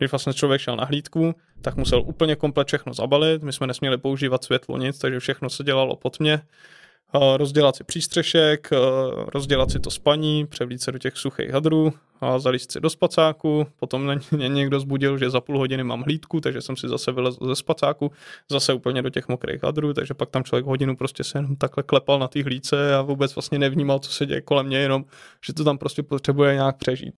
Když vlastně člověk šel na hlídku, tak musel úplně komplet všechno zabalit, my jsme nesměli používat světlo, nic, takže všechno se dělalo pod tmě. Rozdělat si přístřešek, rozdělat si to spaní, převlít se do těch suchých hadrů, zalíst si do spacáku, potom mě někdo zbudil, že za půl hodiny mám hlídku, takže jsem si zase vylezl ze spacáku, zase úplně do těch mokrých hadrů, takže pak tam člověk hodinu prostě se jenom takhle klepal na té hlídce a vůbec vlastně nevnímal, co se děje kolem mě, jenom že to tam prostě potřebuje nějak přežít.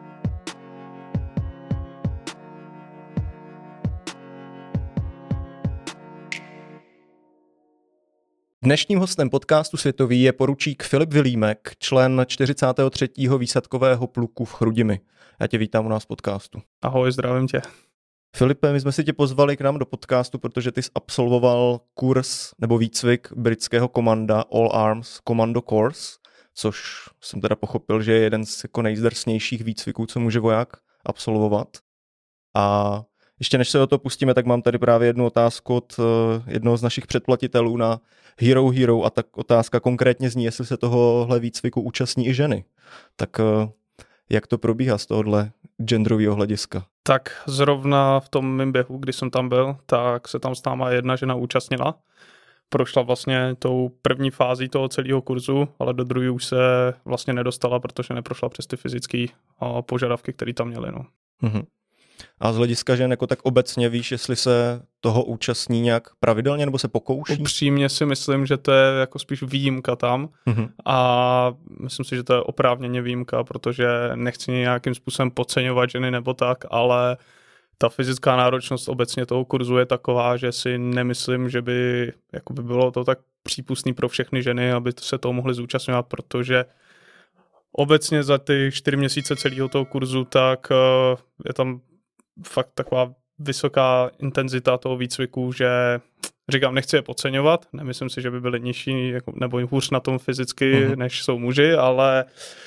Dnešním hostem podcastu Světový je poručík Filip Vilímek, člen 43. výsadkového pluku v Chrudimi. Já tě vítám u nás v podcastu. Ahoj, zdravím tě. Filipe, my jsme si tě pozvali k nám do podcastu, protože ty jsi absolvoval kurz nebo výcvik britského komanda All Arms Commando Course, což jsem teda pochopil, že je jeden z jako nejzdrsnějších výcviků, co může voják absolvovat. A ještě než se o to pustíme, tak mám tady právě jednu otázku od jednoho z našich předplatitelů na Hero a tak otázka konkrétně zní, jestli se tohohle výcviku účastní i ženy. Tak jak to probíhá z tohohle genderového hlediska? Tak zrovna v tom mým běhu, kdy jsem tam byl, tak se tam s náma jedna žena účastnila. Prošla vlastně tou první fází toho celého kurzu, ale do druhé už se vlastně nedostala, protože neprošla přes ty fyzické požadavky, které tam měly. No. Mhm. A z hlediska žen jako tak obecně víš, jestli se toho účastní nějak pravidelně nebo se pokouší? Upřímně si myslím, že to je jako spíš výjimka tam a myslím si, že to je oprávněně výjimka, protože nechci nějakým způsobem podceňovat ženy nebo tak, ale ta fyzická náročnost obecně toho kurzu je taková, že si nemyslím, že by jakoby bylo to tak přípustný pro všechny ženy, aby se toho mohly zúčastňovat, protože obecně za ty 4 měsíce celého toho kurzu, tak je tam fakt taková vysoká intenzita toho výcviku, že říkám, nechci je podceňovat, nemyslím si, že by byly nižší nebo hůř na tom fyzicky, než jsou muži, ale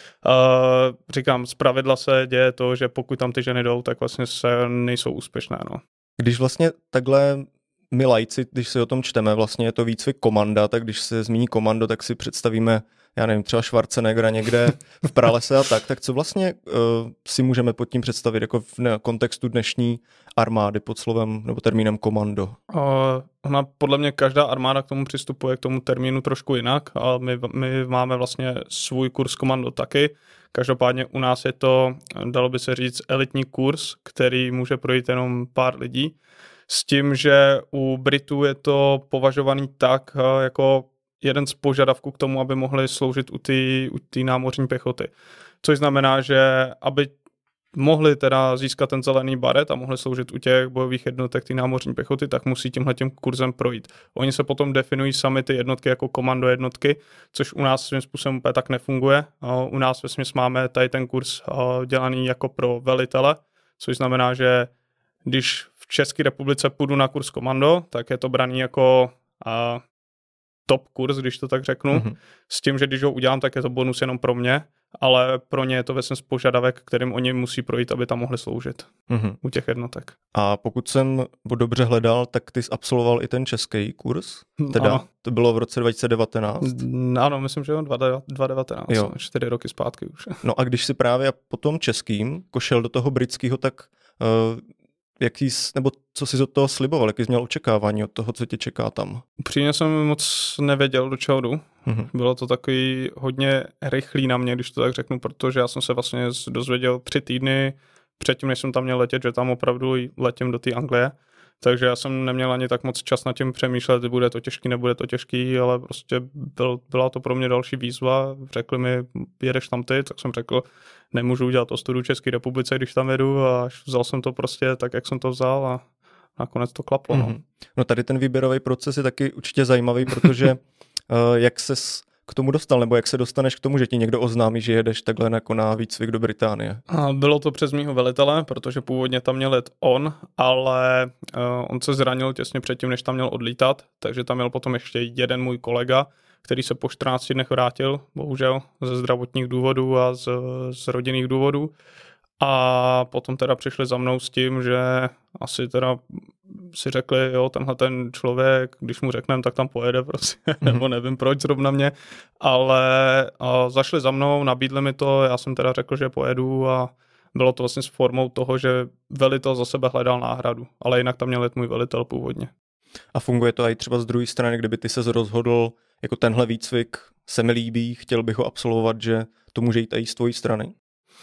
říkám, zpravidla se děje to, že pokud tam ty ženy jdou, tak vlastně se nejsou úspěšné. No. Když vlastně takhle my lajci, když si o tom čteme, vlastně je to výcvik komanda, tak když se zmíní komando, tak si představíme, já nevím, třeba Schwarzeneggera někde v pralese a tak co vlastně si můžeme pod tím představit jako v kontextu dnešní armády pod slovem nebo termínem komando? Ona podle mě každá armáda k tomu přistupuje k tomu termínu trošku jinak a my máme vlastně svůj kurz komando taky. Každopádně u nás je to, dalo by se říct, elitní kurz, který může projít jenom pár lidí. S tím, že u Britů je to považovaný tak jako jeden z požadavků k tomu, aby mohli sloužit u té námořní pěchoty. Což znamená, že aby mohli teda získat ten zelený baret a mohli sloužit u těch bojových jednotek té námořní pěchoty, tak musí tímhletím kurzem projít. Oni se potom definují sami ty jednotky jako komando jednotky, což u nás svým způsobem úplně tak nefunguje. U nás vesměs máme tady ten kurz dělaný jako pro velitele, což znamená, že když v České republice půjdu na kurz komando, tak je to braný jako top kurz, když to tak řeknu. S tím, že když ho udělám, tak je to bonus jenom pro mě, ale pro ně je to vesměs požadavek, kterým oni musí projít, aby tam mohli sloužit u těch jednotek. A pokud jsem dobře hledal, tak ty jsi absolvoval i ten český kurz? Teda ano. To bylo v roce 2019? Ano, myslím, že 2019, jo. 4 roky zpátky už. No a když si právě po tom českým šel do toho britského, tak nebo co jsi od toho sliboval, jaký jsi měl očekávání od toho, co tě čeká tam? Upřímně jsem moc nevěděl, do čeho jdu. Bylo to takový hodně rychlý na mě, když to tak řeknu, protože já jsem se vlastně dozvěděl 3 týdny předtím, než jsem tam měl letět, že tam opravdu letím do té Anglie. Takže já jsem neměl ani tak moc čas nad tím přemýšlet, bude to těžký, nebude to těžký, ale prostě byla to pro mě další výzva. Řekli mi, jedeš tam ty, tak jsem řekl, nemůžu udělat ostudu České republice, když tam jedu, a vzal jsem to prostě tak, jak jsem to vzal a nakonec to klaplo. No tady ten výběrový proces je taky určitě zajímavý, protože jak ses k tomu dostal, nebo jak se dostaneš k tomu, že ti někdo oznámí, že jedeš takhle jako na výcvik do Británie? Bylo to přes mýho velitele, protože původně tam měl jet on, ale on se zranil těsně předtím, než tam měl odlítat, takže tam měl potom ještě jeden můj kolega, který se po 14 dnech vrátil, bohužel, ze zdravotních důvodů a z rodinných důvodů. A potom teda přišli za mnou s tím, že asi teda si řekli, jo, tenhle ten člověk, když mu řekneme, tak tam pojede prostě, nebo nevím proč zrovna mě, ale zašli za mnou, nabídli mi to, já jsem teda řekl, že pojedu a bylo to vlastně s formou toho, že velitel za sebe hledal náhradu, ale jinak tam měl jet můj velitel původně. A funguje to i třeba z druhé strany, kdyby ty se rozhodl, jako tenhle výcvik se mi líbí, chtěl bych ho absolvovat, že to může jít i z tvojí strany?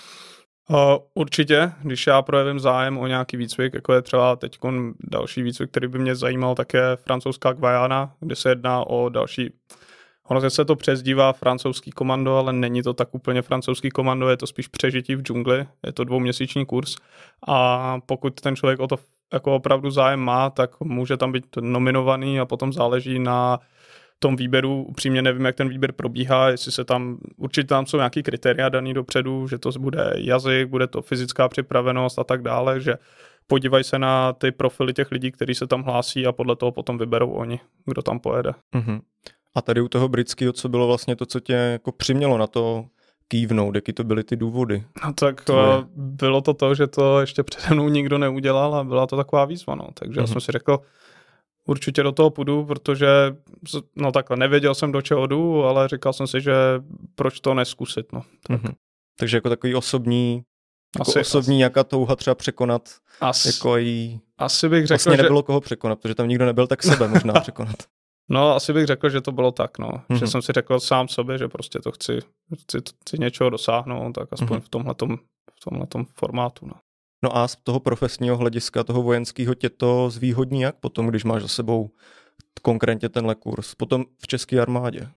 Určitě, když já projevím zájem o nějaký výcvik, jako je třeba teď další výcvik, který by mě zajímal, tak je francouzská Guayana, kde se jedná o další. Ono se to přezdívá francouzský komando, ale není to tak úplně francouzský komando, je to spíš přežití v džungli, je to 2měsíční kurz a pokud ten člověk o to jako opravdu zájem má, tak může tam být nominovaný a potom záleží na tom výběru. Upřímně nevím, jak ten výběr probíhá, jestli se tam, určitě tam jsou nějaký kritéria daný dopředu, že to bude jazyk, bude to fyzická připravenost a tak dále, že podívají se na ty profily těch lidí, kteří se tam hlásí a podle toho potom vyberou oni, kdo tam pojede. Mm-hmm. A tady u toho britského, co bylo vlastně to, co tě jako přimělo na to kývnout, jaký to byly ty důvody? No tak bylo to, že to ještě přede mnou nikdo neudělal a byla to taková výzva, no. Takže já jsem si řekl, určitě do toho půjdu, protože no takhle, nevěděl jsem, do čeho jdu, ale říkal jsem si, že proč to neskusit, no. Tak. Takže jako takový osobní, nějaká touha třeba překonat, jako i asi bych řekl, vlastně nebylo koho překonat, protože tam nikdo nebyl, tak sebe možná překonat. No, asi bych řekl, že to bylo tak, no. Že jsem si řekl sám sobě, že prostě to chci něčeho dosáhnout, tak aspoň v tomhletom formátu, no. No a z toho profesního hlediska, toho vojenského, tě to zvýhodní jak potom, když máš za sebou konkrétně tenhle kurz, potom v české armádě?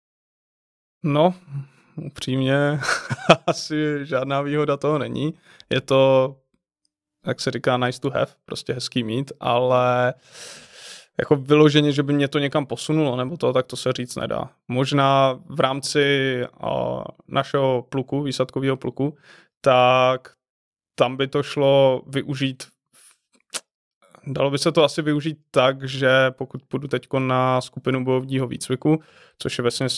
No, upřímně asi žádná výhoda toho není. Je to, jak se říká, nice to have, prostě hezký mít, ale jako vyloženě, že by mě to někam posunulo, nebo to, tak to se říct nedá. Možná v rámci našeho pluku, výsadkového pluku, tak tam by to šlo využít. Dalo by se to asi využít tak, že pokud půjdu teď na skupinu bojovního výcviku, což je vlastně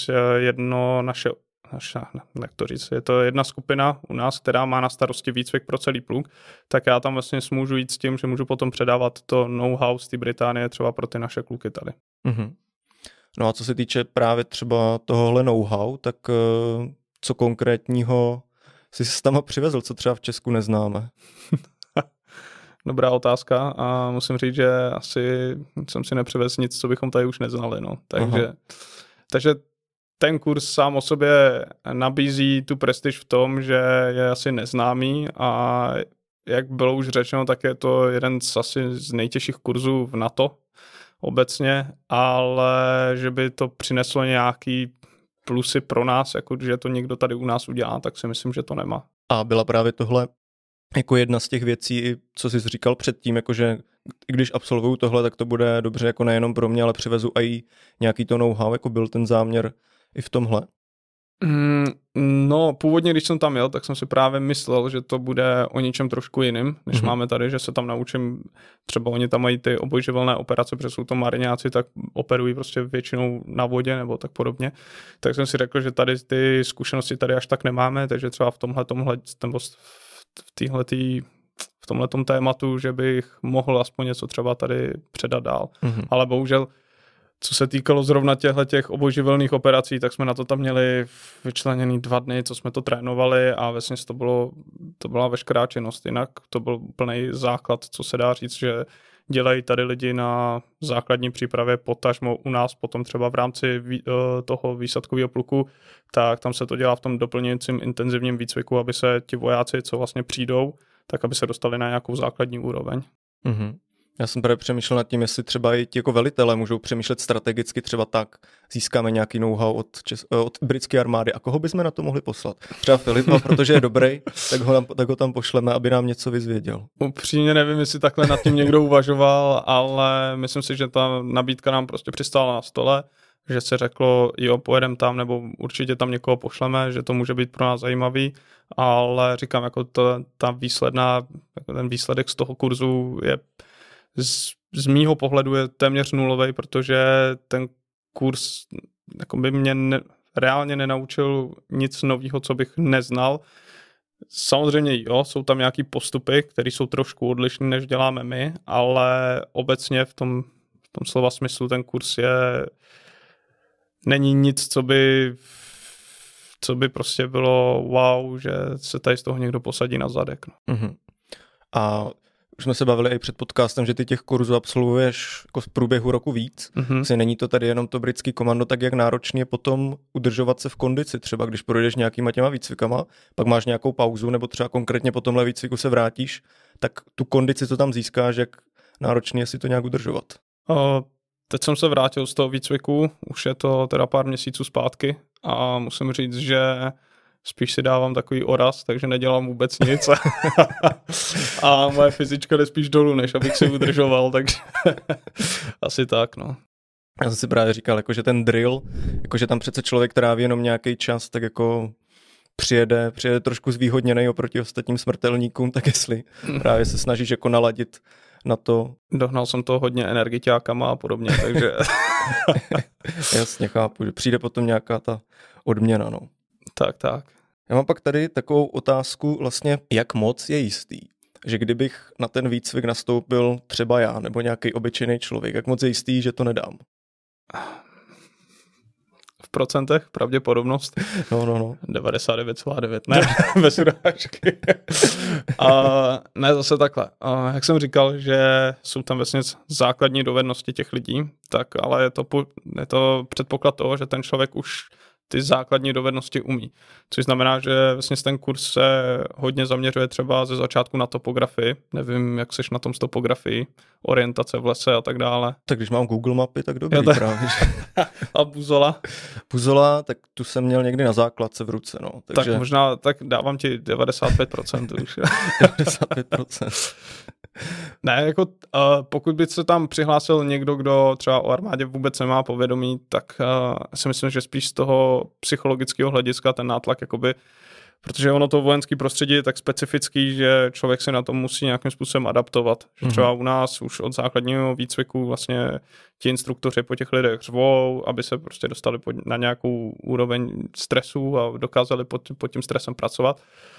je to jedna skupina u nás, která má na starosti výcvik pro celý pluk, tak já tam vlastně můžu jít s tím, že můžu potom předávat to know-how z té Británie třeba pro ty naše kluky tady. Mm-hmm. No a co se týče právě třeba tohohle know-how, tak co konkrétního jsi tam přivezl, co třeba v Česku neznáme? Dobrá otázka a musím říct, že asi jsem si nepřivezl nic, co bychom tady už neznali. No. Takže ten kurz sám o sobě nabízí tu prestiž v tom, že je asi neznámý a jak bylo už řečeno, tak je to jeden z nejtěžších kurzů v NATO obecně, ale že by to přineslo nějaký plusy pro nás, jako že to někdo tady u nás udělá, tak si myslím, že to nemá. A byla právě tohle jako jedna z těch věcí, co jsi říkal předtím, jakože když absolvuju tohle, tak to bude dobře jako nejenom pro mě, ale přivezu i nějaký to know-how, jako byl ten záměr i v tomhle? No, původně, když jsem tam jel, tak jsem si právě myslel, že to bude o něčem trošku jiným, než máme tady, že se tam naučím, třeba oni tam mají ty obojživelné operace, protože jsou to mariňáci, tak operují prostě většinou na vodě nebo tak podobně. Tak jsem si řekl, že tady ty zkušenosti tady až tak nemáme, takže třeba v tomhletom tématu, že bych mohl aspoň něco třeba tady předat dál. Ale bohužel co se týkalo zrovna těch obojživelných operací, tak jsme na to tam měli vyčleněný 2 dny, co jsme to trénovali a vlastně to byla veškerá činnost. Jinak to byl úplný základ, co se dá říct, že dělají tady lidi na základní přípravě, potažmo u nás potom třeba v rámci toho výsadkového pluku, tak tam se to dělá v tom doplňujícím intenzivním výcviku, aby se ti vojáci, co vlastně přijdou, tak aby se dostali na nějakou základní úroveň. Mm-hmm. Já jsem právě přemýšlel nad tím, jestli třeba i ti jako velitelé můžou přemýšlet strategicky třeba tak, získáme nějaký know-how od britské armády a koho bychom na to mohli poslat? Třeba Filipa, protože je dobrý, tak ho tam pošleme, aby nám něco vyzvěděl. Upřímně nevím, jestli takhle nad tím někdo uvažoval, ale myslím si, že ta nabídka nám prostě přistála na stole, že se řeklo, jo, pojedem tam, nebo určitě tam někoho pošleme, že to může být pro nás zajímavý, ale říkám, jako ten výsledek z toho kurzu je z mýho pohledu je téměř nulovej, protože ten kurz jako by mě reálně nenaučil nic nového, co bych neznal. Samozřejmě jo, jsou tam nějaký postupy, které jsou trošku odlišné, než děláme my, ale obecně v tom slova smyslu ten kurz není nic, co by prostě bylo wow, že se tady z toho někdo posadí na zadek. No. Mm-hmm. A už jsme se bavili i před podcastem, že ty těch kurzů absolvuješ jako v průběhu roku víc. Mm-hmm. Není to tady jenom to britský komando, tak jak náročný je potom udržovat se v kondici, třeba když projdeš nějakýma těma výcvikama, pak máš nějakou pauzu, nebo třeba konkrétně po tomhle výcviku se vrátíš, tak tu kondici, co tam získáš, jak náročný je si to nějak udržovat? Teď jsem se vrátil z toho výcviku, už je to teda pár měsíců zpátky a musím říct, že spíš si dávám takový oraz, takže nedělám vůbec nic. A moje fyzička jde spíš dolů, než abych si udržoval, takže asi tak, no. Já jsem si právě říkal, jako, že ten drill, jakože tam přece člověk tráví jenom nějaký čas, tak jako přijede trošku zvýhodněnej oproti ostatním smrtelníkům, tak jestli právě se snažíš jako naladit na to. Dohnal jsem to hodně energiťákama a podobně, takže... Jasně, chápu, že přijde potom nějaká ta odměna, no. Tak. Já mám pak tady takovou otázku, vlastně, jak moc je jistý, že kdybych na ten výcvik nastoupil třeba já, nebo nějaký obyčejný člověk, jak moc je jistý, že to nedám? V procentech pravděpodobnost? No. 99,9, ne, bez urážky. Ne, zase takhle. Jak jsem říkal, že jsou tam vlastně základní dovednosti těch lidí, tak ale je to předpoklad toho, že ten člověk už ty základní dovednosti umí. Což znamená, že vlastně ten kurz se hodně zaměřuje třeba ze začátku na topografii. Nevím, jak seš na tom s topografií, orientace v lese a tak dále. Tak když mám Google mapy, tak dobrý právě. A buzola? Buzola, tak tu jsem měl někdy na základce v ruce, no. Takže... Tak možná, tak dávám ti 95% už. 95%. Ne, jako pokud by se tam přihlásil někdo, kdo třeba o armádě vůbec nemá povědomí, tak si myslím, že spíš z toho psychologického hlediska ten nátlak, jakoby, protože ono to vojenské prostředí je tak specifický, že člověk se na to musí nějakým způsobem adaptovat. Že třeba u nás už od základního výcviku vlastně ti instruktoři po těch lidech řvou, aby se prostě dostali na nějakou úroveň stresu a dokázali pod tím stresem pracovat.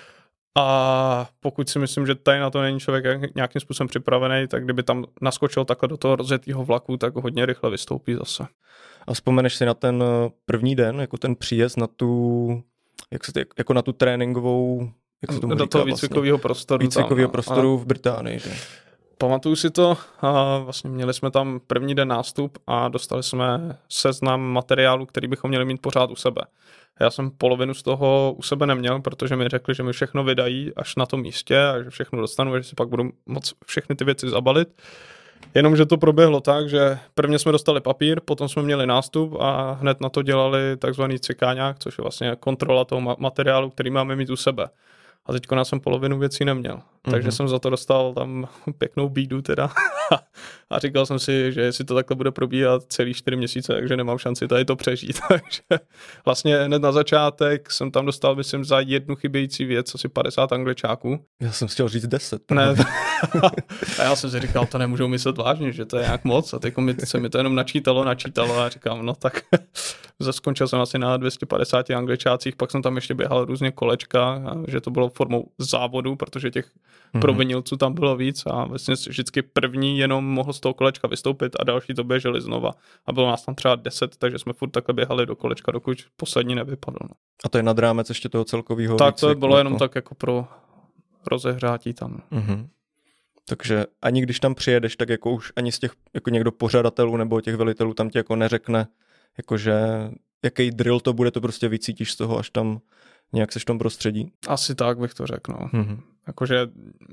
A pokud si myslím, že tady na to není člověk nějakým způsobem připravený, tak kdyby tam naskočil takhle do toho rozjetého vlaku, tak hodně rychle vystoupí zase. A vzpomeneš si na ten první den, jako ten příjezd na tu, jako na tu tréninkovou, jak se tomu do říká, toho výcvikového prostoru. Výcvikového prostoru v Británii, že? Pamatuju si to, a vlastně měli jsme tam první den nástup a dostali jsme seznam materiálu, který bychom měli mít pořád u sebe. Já jsem polovinu z toho u sebe neměl, protože mi řekli, že mi všechno vydají až na tom místě a že všechno dostanu a že si pak budu moc všechny ty věci zabalit. Jenomže to proběhlo tak, že prvně jsme dostali papír, potom jsme měli nástup a hned na to dělali takzvaný cikáňák, což je vlastně kontrola toho materiálu, který máme mít u sebe. A teďko já jsem polovinu věcí neměl. Takže jsem za to dostal tam pěknou bídu teda. A říkal jsem si, že jestli to takhle bude probíhat celý 4 měsíce, takže nemám šanci tady to přežít. Takže vlastně hned na začátek jsem tam dostal, myslím, za jednu chybějící věc asi 50 angličáků. Já jsem chtěl říct 10. Ne. A já jsem si říkal, to nemůžou myslet vážně, že to je nějak moc. A teď se mi to jenom načítalo a říkám, no tak skončil jsem asi na 250 angličácích, pak jsem tam ještě běhal různě kolečka, že to bylo formou závodu, protože těch provinilců tam bylo víc a vlastně vždycky první jenom mohl z toho kolečka vystoupit a další to běželi znova. A bylo nás tam třeba 10, takže jsme furt takhle běhali do kolečka, dokud poslední nevypadl. No. A to je nad rámec ještě toho celkového tak výcviku? To bylo jenom tak jako pro rozehřátí tam. Takže ani když tam přijedeš, tak jako už ani z těch jako někdo pořadatelů nebo těch velitelů tam ti jako neřekne, jakože jaký drill to bude, to prostě vycítíš z toho, až tam nějak seš v tom prostředí? Asi tak bych to řekl, no. Jakože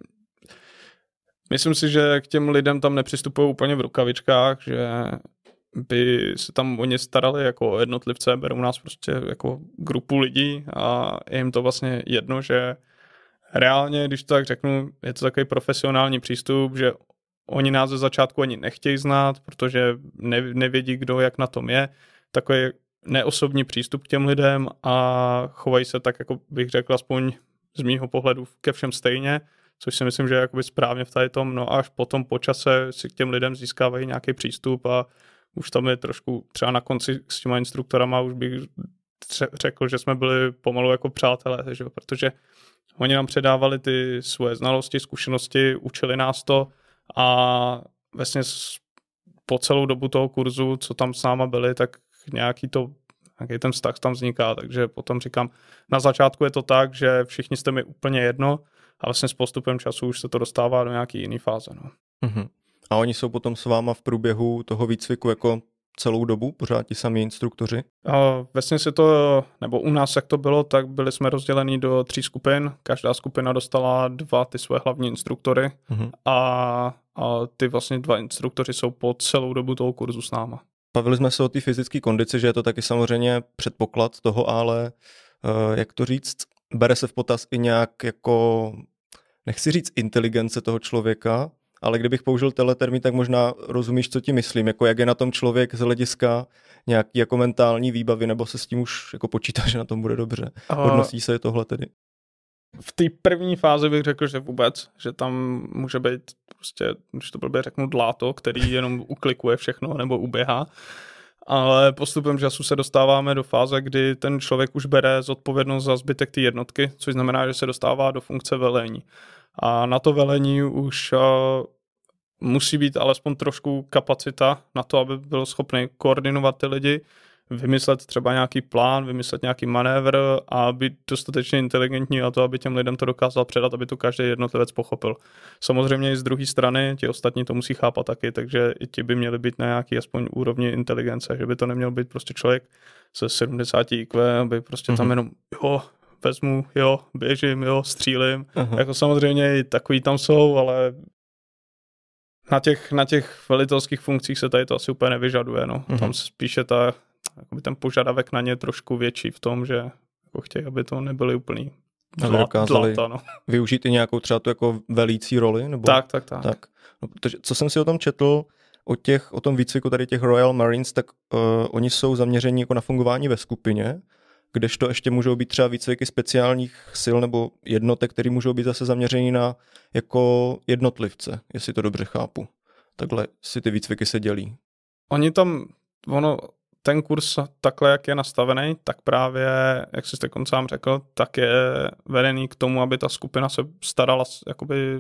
myslím si, že k těm lidem tam nepřistupují úplně v rukavičkách, že by se tam oni starali jako jednotlivce, berou nás prostě jako grupu lidí a je jim to vlastně jedno, že reálně, když to tak řeknu, je to takový profesionální přístup, že oni nás ze začátku ani nechtějí znát, protože nevědí, kdo jak na tom je. Takový neosobní přístup k těm lidem a chovají se tak, jako bych řekl, aspoň z mýho pohledu ke všem stejně, což si myslím, že je jakoby správně v tady tom, no a až potom po čase si k těm lidem získávají nějaký přístup a už tam je trošku třeba na konci s těma instruktorama už bych řekl, že jsme byli pomalu jako přátelé, že? Protože oni nám předávali ty svoje znalosti, zkušenosti, učili nás to a vlastně po celou dobu toho kurzu, co tam s náma byli, tak nějaký to jaký ten vztah tam vzniká, takže potom říkám, na začátku je to tak, že všichni jste mi úplně jedno a vlastně s postupem času už se to dostává do nějaký jiný fáze. No. A oni jsou potom s váma v průběhu toho výcviku jako celou dobu, pořád ti samí instruktoři? Vlastně se to, nebo u nás jak to bylo, tak byli jsme rozděleni do 3 skupin. Každá skupina dostala 2 ty svoje hlavní instruktory a ty vlastně 2 instruktoři jsou po celou dobu toho kurzu s náma. Bavili jsme se o té fyzické kondici, že je to taky samozřejmě předpoklad toho, ale jak to říct, bere se v potaz i nějak jako, nechci říct inteligence toho člověka, ale kdybych použil teletermín, tak možná rozumíš, co ti myslím, jako jak je na tom člověk z hlediska nějaký jako mentální výbavy, nebo se s tím už jako počítá, že na tom bude dobře. Hodnotí se tohle tedy? V té první fázi bych řekl, že vůbec, že tam může být prostě, když to blbě řeknu, dláto, který jenom uklikuje všechno nebo uběhá. Ale postupem času se dostáváme do fáze, kdy ten člověk už bere zodpovědnost za zbytek té jednotky, což znamená, že se dostává do funkce velení. A na to velení už musí být alespoň trošku kapacita na to, aby byl schopný koordinovat ty lidi, vymyslet třeba nějaký plán, vymyslet nějaký manévr a být dostatečně inteligentní na to, aby těm lidem to dokázal předat, aby to každý jednotlivec pochopil. Samozřejmě i z druhé strany, ti ostatní to musí chápat taky, takže i ti by měli být na nějaký aspoň úrovni inteligence, že by to neměl být prostě člověk se 70 IQ, aby prostě tam jenom vezmu, běžím, střílím. Jako samozřejmě i takový tam jsou, ale na těch velitelských funkcích se tady to asi úplně nevyžaduje. No. Tam spíše ten požadavek na ně trošku větší v tom, že jako chtějí, aby to nebyly úplný dlata. No. Využít i nějakou třeba tu jako velící roli? Nebo? Tak. No, protože, co jsem si o tom četl, o tom výcviku tady těch Royal Marines, tak oni jsou zaměření jako na fungování ve skupině, kdežto ještě můžou být třeba výcviky speciálních sil nebo jednotek, které můžou být zase zaměření na jako jednotlivce, jestli to dobře chápu. Takhle si ty výcviky se dělí. Oni tam, ten kurz takhle, jak je nastavený, tak právě, jak jsi sám řekl, tak je vedený k tomu, aby ta skupina se starala jakoby,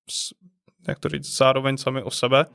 jak to říct, zároveň sami o sebe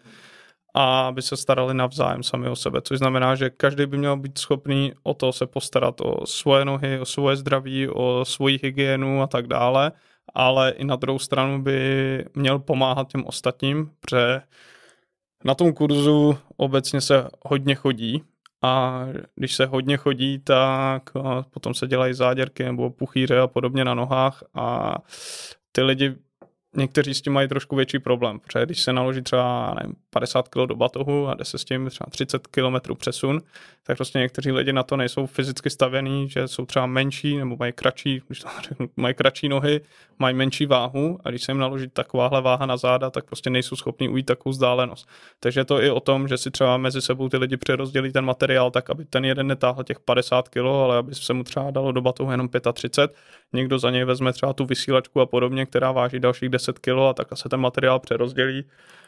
a aby se starali navzájem sami o sebe, což znamená, že každý by měl být schopný o to se postarat o svoje nohy, o svoje zdraví, o svoji hygienu a tak dále, ale i na druhou stranu by měl pomáhat těm ostatním, protože na tom kurzu obecně se hodně chodí a když se hodně chodí, tak potom se dělají záděrky nebo puchýře a podobně na nohách a ty lidi někteří s tím mají trošku větší problém, protože když se naloží třeba 50 kg do batohu a jde se s tím třeba 30 km přesun, tak prostě někteří lidi na to nejsou fyzicky stavěný, že jsou třeba menší nebo mají kratší, když to řeknu, mají kratší nohy, mají menší váhu a když se jim naloží takováhle váha na záda, tak prostě nejsou schopni ujít takovou vzdálenost. Takže je to i o tom, že si třeba mezi sebou ty lidi přerozdělí ten materiál tak, aby ten jeden netáhl těch 50 kg, ale aby se mu třeba dalo do batohu jenom 35, někdo za něj vezme třeba tu vysílačku a podobně, která váží dalších 10 kg a tak se ten materiál přerozdělí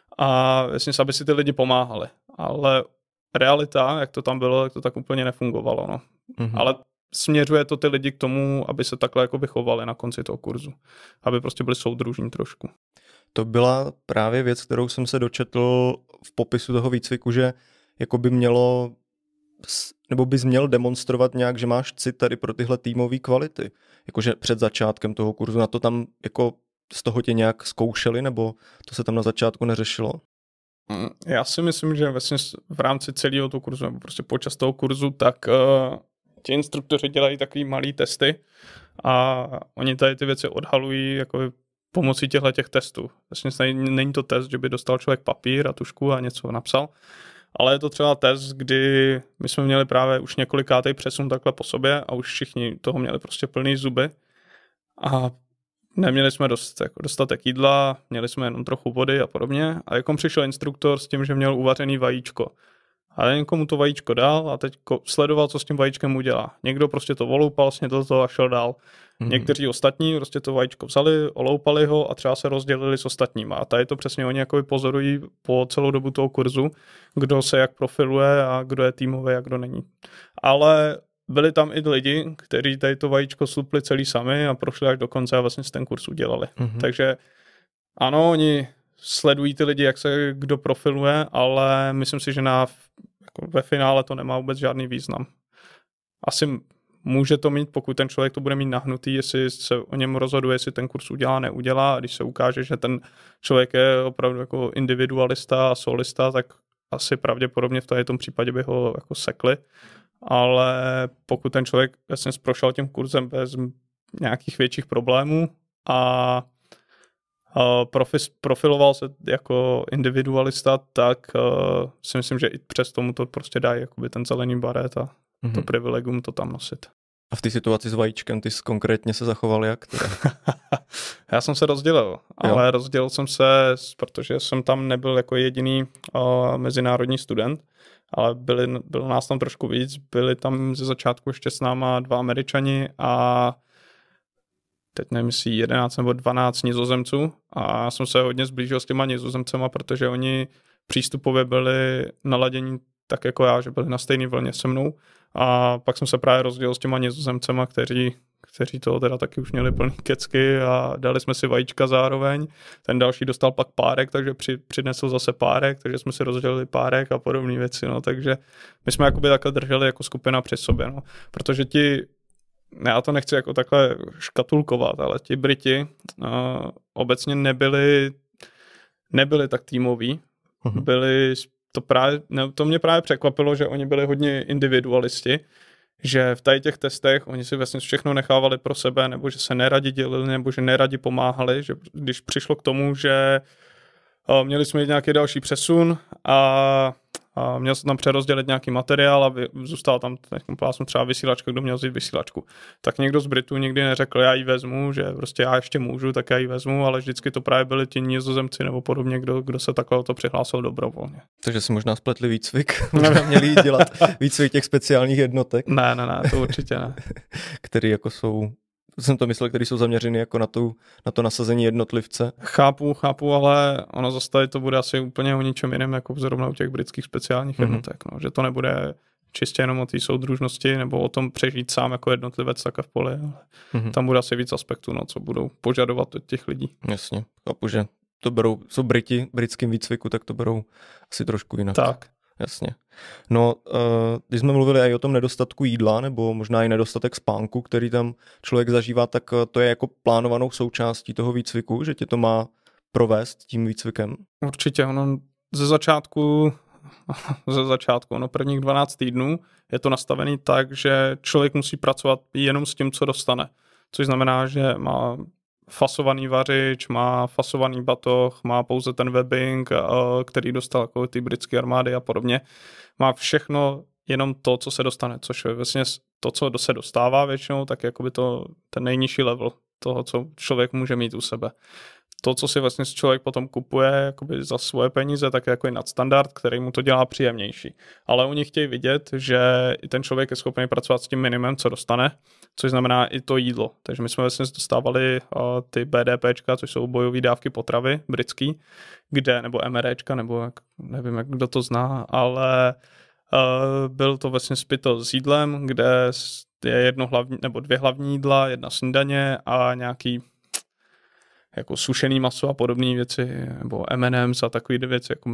a vlastně aby si ty lidi pomáhali. Ale realita, jak to tam bylo, tak to tak úplně nefungovalo. No. Ale směřuje to ty lidi k tomu, aby se takhle jako vychovali na konci toho kurzu. Aby prostě byli soudružní trošku. To byla právě věc, kterou jsem se dočetl v popisu toho výcviku, že jako by mělo, nebo bys měl demonstrovat nějak, že máš cit tady pro tyhle týmové kvality. Jakože před začátkem toho kurzu na to tam jako z toho tě nějak zkoušeli, nebo to se tam na začátku neřešilo? Já si myslím, že vlastně v rámci celého toho kurzu, nebo prostě počas toho kurzu, tak ti instruktoři dělají takový malý testy a oni tady ty věci odhalují jako pomocí těch testů. Vlastně není to test, že by dostal člověk papír a tužku a něco napsal, ale je to třeba test, kdy my jsme měli právě už několikátej přesun takhle po sobě a už všichni toho měli prostě plný zuby a neměli jsme dostatek jídla, měli jsme jenom trochu vody a podobně a jako přišel instruktor s tím, že měl uvařený vajíčko. Ale někomu to vajíčko dal a teď sledoval, co s tím vajíčkem udělá. Někdo prostě to oloupal, snědl to a šel dál. Někteří ostatní prostě to vajíčko vzali, oloupali ho a třeba se rozdělili s ostatníma. A tady to přesně oni jako pozorují po celou dobu toho kurzu, kdo se jak profiluje a kdo je týmový a kdo není. Ale byli tam i lidi, kteří tady to vajíčko slupli celý sami a prošli až do konce a vlastně si ten kurz udělali. Takže ano, oni sledují ty lidi, jak se kdo profiluje, ale myslím si, že jako ve finále to nemá vůbec žádný význam. asi může to mít, pokud ten člověk to bude mít nahnutý, jestli se o něm rozhoduje, jestli ten kurz udělá, neudělá, a když se ukáže, že ten člověk je opravdu jako individualista a solista, tak asi pravděpodobně v tom případě by ho jako sekli, ale pokud ten člověk vlastně prošel tím kurzem bez nějakých větších problémů a profiloval se jako individualista, tak si myslím, že i přes tomu to prostě dají jakoby ten zelený baret a to privilegium to tam nosit. A v té situaci s vajíčkem ty jsi konkrétně se zachoval jak? Já jsem se rozdělil, ale rozdělil jsem se, protože jsem tam nebyl jako jediný mezinárodní student, ale bylo nás tam trošku víc, byli tam ze začátku ještě s náma 2 Američani a teď nevím, jestli 11 nebo 12 Nizozemců a já jsem se hodně zblížil s těma Nizozemcema, protože oni přístupově byli naladění tak jako já, že byli na stejné vlně se mnou a pak jsem se právě rozdělil s těma Nizozemcema, kteří toho teda taky už měli plný kecky a dali jsme si vajíčka zároveň. Ten další dostal pak párek, takže přinesl zase párek, takže jsme si rozdělili párek a podobné věci, no, takže my jsme jakoby takhle drželi jako skupina při sobě, no, protože já to nechci jako takhle škatulkovat, ale ti Briti obecně nebyli tak týmoví, to mě právě překvapilo, že oni byli hodně individualisti, že v těch testech oni si vlastně všechno nechávali pro sebe, nebo že se neradi dělili, nebo že neradi pomáhali, že když přišlo k tomu, že měli jsme nějaký další přesun a měl jsem tam přerozdělit nějaký materiál a zůstal tam třeba vysílačka, kdo měl vzít vysílačku. Tak někdo z Britů nikdy neřekl, já ji vezmu, že prostě já ještě můžu, tak já ji vezmu, ale vždycky to právě byli ti Nizozemci nebo podobně, kdo se takhle o to přihlásil dobrovolně. Takže si možná spletli výcvik, možná měli jít dělat výcvik těch speciálních jednotek. Ne, to určitě ne. Který jako jsou, jsem to myslel, který jsou zaměřeny jako na to nasazení jednotlivce. Chápu, ale ono zase tady to bude asi úplně o ničem jiném, jako zrovna u těch britských speciálních jednotek. No. Že to nebude čistě jenom o té soudružnosti nebo o tom přežít sám jako jednotlivec také v poli, ale tam bude asi víc aspektů, no, co budou požadovat od těch lidí. Jasně, chápu, že to jsou Briti, britským výcviku, tak to berou asi trošku jinak. Tak. Jasně. No, když jsme mluvili i o tom nedostatku jídla, nebo možná i nedostatek spánku, který tam člověk zažívá, tak to je jako plánovanou součástí toho výcviku, že tě to má provést tím výcvikem? Určitě, ze začátku, prvních 12 týdnů je to nastavený tak, že člověk musí pracovat jenom s tím, co dostane. Což znamená, že má fasovaný vařič, má fasovaný batoh, má pouze ten webbing, který dostal jako ty britské armády a podobně. Má všechno jenom to, co se dostane, což je vlastně to, co se dostává většinou, tak jakoby ten nejnižší level toho, co člověk může mít u sebe. To, co si vlastně člověk potom kupuje jakoby za svoje peníze, tak je jako nadstandard, který mu to dělá příjemnější. Ale oni chtějí vidět, že i ten člověk je schopný pracovat s tím minimem, co dostane, což znamená i to jídlo. Takže my jsme vlastně dostávali ty BDPčka, což jsou bojové dávky potravy britský, nebo MREčka, nebo nevím, jak kdo to zná, ale byl to vlastně spito s jídlem, kde je 2 hlavní jídla, 1 snídaně a nějaký jako sušený maso a podobné věci, nebo M&M's a takové věci, jako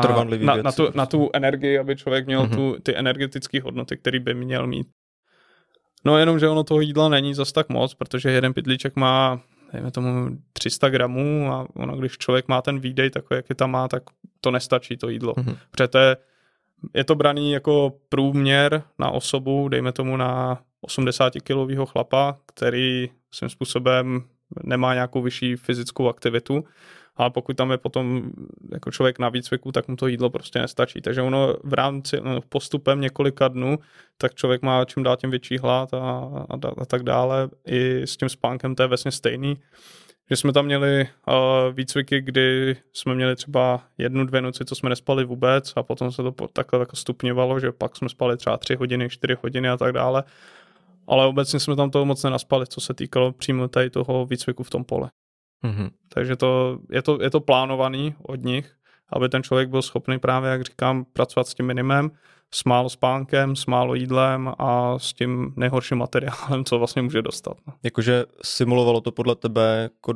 na tu energii, aby člověk měl ty energetické hodnoty, které by měl mít. No jenom, že ono toho jídla není zas tak moc, protože jeden pytlíček má, dejme tomu, 300 gramů a ono, když člověk má ten výdej takový, jak je tam má, tak to nestačí to jídlo. Protože je to braný jako průměr na osobu, dejme tomu na 80-kilového chlapa, který svým způsobem nemá nějakou vyšší fyzickou aktivitu, a pokud tam je potom jako člověk na výcviku, tak mu to jídlo prostě nestačí. Takže ono v rámci postupem několika dnů, tak člověk má čím dál tím větší hlad a tak dále. I s tím spánkem to je vlastně stejný. Že jsme tam měli výcviky, kdy jsme měli třeba 1-2 noci, co jsme nespali vůbec, a potom se to takhle jako stupňovalo, že pak jsme spali třeba 3 hodiny, 4 hodiny a tak dále. Ale obecně jsme tam toho moc nenaspali, co se týkalo přímo tady toho výcviku v tom pole. Takže je to plánovaný od nich, aby ten člověk byl schopný právě, jak říkám, pracovat s tím minimem, s málo spánkem, s málo jídlem a s tím nejhorším materiálem, co vlastně může dostat. Jakože simulovalo to podle tebe jako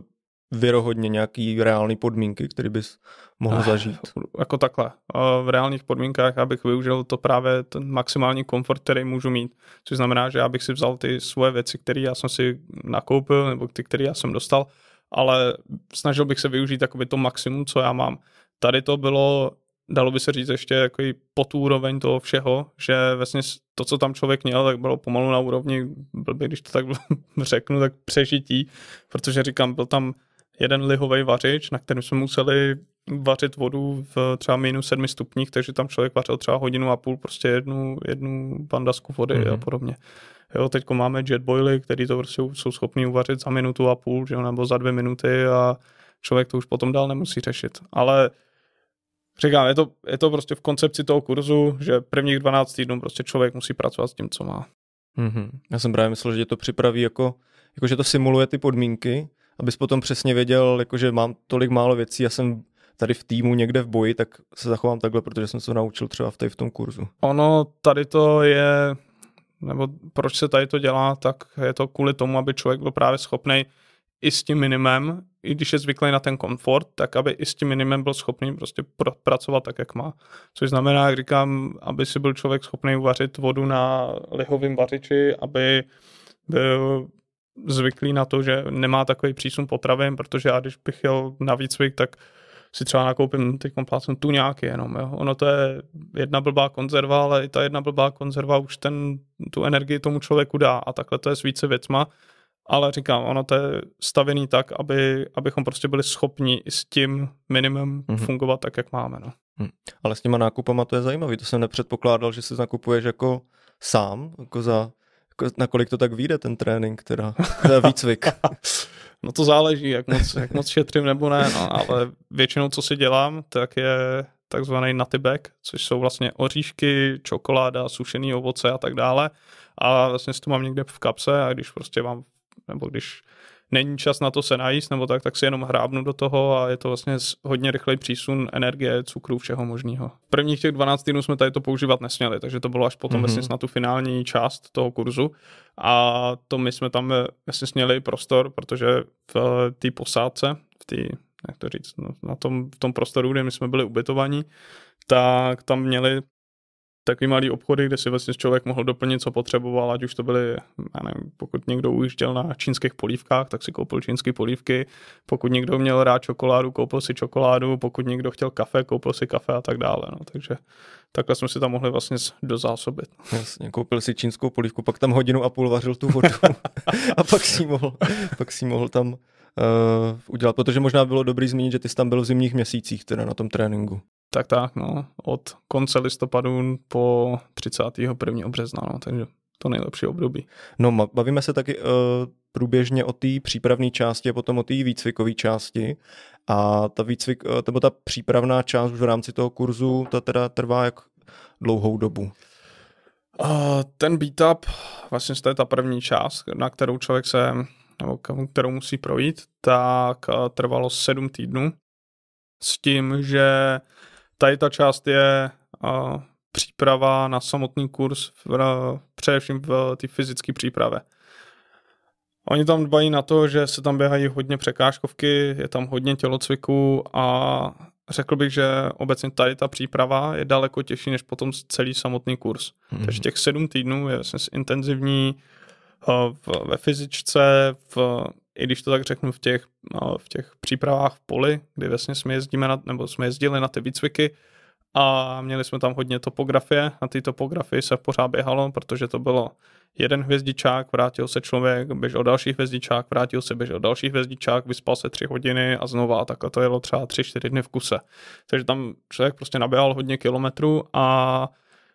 věrohodně nějaký reálný podmínky, které bys mohl zažít? Jako takhle. V reálných podmínkách abych využil to právě ten maximální komfort, který můžu mít. Což znamená, že já bych si vzal ty svoje věci, které já jsem si nakoupil, nebo ty, které já jsem dostal, ale snažil bych se využít takový to maximum, co já mám. Tady to bylo, dalo by se říct ještě jako pod úroveň toho všeho, že vlastně to, co tam člověk měl, tak bylo pomalu na úrovni, blbě, když to tak řeknu, tak přežití, protože říkám, byl tam jeden lihový vařič, na kterém jsme museli vařit vodu v třeba -7 stupních, takže tam člověk vařil třeba 1,5 hodiny, prostě jednu bandasku vody a podobně. Jo, teďko máme jetboily, který to prostě jsou schopní uvařit za 1,5 minuty, že jo, nebo za 2 minuty a člověk to už potom dál nemusí řešit. Ale říkám, je to prostě v koncepci toho kurzu, že prvních 12 týdnů prostě člověk musí pracovat s tím, co má. Já jsem právě myslel, že to připraví jako že to simuluje ty podmínky, abys potom přesně věděl, jako že mám tolik málo věcí, já jsem tady v týmu někde v boji, tak se zachovám takhle, protože jsem se to naučil třeba v tom kurzu. Ono tady to je, nebo proč se tady to dělá, tak je to kvůli tomu, aby člověk byl právě schopný i s tím minimem, i když je zvyklý na ten komfort, tak aby i s tím minimem byl schopný prostě pracovat tak, jak má. Což znamená, jak říkám, aby si byl člověk schopný uvařit vodu na lihovém vařiči, aby byl zvyklý na to, že nemá takový přísun potravin, protože já když bych jel na výcvik, tak si třeba nakoupím teď plácnu tuňáky jenom. Jo. Ono to je jedna blbá konzerva, ale i ta jedna blbá konzerva už tu energii tomu člověku dá a takhle to je s více věcma. Ale říkám, ono to je stavěný tak, abychom prostě byli schopni i s tím minimem fungovat tak, jak máme. No. Ale s těma nákupama to je zajímavý. To jsem nepředpokládal, že si nakupuješ jako sám, nakolik to tak vyjde ten trénink, teda výcvik. No to záleží, jak moc šetřím nebo ne, no, ale většinou, co si dělám, tak je takzvaný nutty bag, což jsou vlastně oříšky, čokoláda, sušený ovoce a tak dále. A vlastně si to mám někde v kapse a když prostě když není čas na to se najíst nebo tak si jenom hrábnu do toho a je to vlastně hodně rychlej přísun energie, cukru, všeho možného. Prvních těch 12 týdnů jsme tady to používat nesměli, takže to bylo až potom vlastně na tu finální část toho kurzu a to my jsme tam vlastně měli prostor, protože v té posádce, jak to říct, v tom prostoru, kde my jsme byli ubytovaní, tak tam měli takový malý obchody, kde si vlastně člověk mohl doplnit, co potřeboval, ať už to byly, já nevím, pokud někdo ujížděl na čínských polívkách, tak si koupil čínské polívky, pokud někdo měl rád čokoládu, koupil si čokoládu, pokud někdo chtěl kafe, koupil si kafe a tak dále, no, takže takhle jsme si tam mohli vlastně dozásobit. Jasně, koupil si čínskou polívku, pak tam 1,5 hodiny vařil tu vodu a pak si mohl tam udělat, protože možná bylo dobrý zmínit, že ty jsi tam byl v zimních měsících, teda na tom tréninku. Tak, no, od konce listopadu po 31. března, no, takže to nejlepší období. No, bavíme se taky průběžně o té přípravné části a potom o té výcvikové části a ta přípravná část už v rámci toho kurzu, ta teda trvá jak dlouhou dobu? Ten beat-up, vlastně to je ta první část, na kterou člověk kterou musí projít, tak trvalo 7 týdnů s tím, že tady ta část je příprava na samotný kurz, především v té fyzické přípravě. Oni tam dbají na to, že se tam běhají hodně překážkovky, je tam hodně tělocviků a řekl bych, že obecně tady ta příprava je daleko těžší než potom celý samotný kurz. Takže těch 7 týdnů je vlastně intenzivní ve fyzičce, i když to tak řeknu v těch přípravách v poli, kdy vlastně jsme jezdili na ty výcviky a měli jsme tam hodně topografie. Na té topografii se pořád běhalo, protože to bylo jeden hvězdičák, vrátil se člověk, běžel další hvězdičák, vrátil se, běžel další hvězdičák, vyspal se 3 hodiny a znova. Takhle to jelo třeba 3-4 dny v kuse. Takže tam člověk prostě naběhal hodně kilometrů a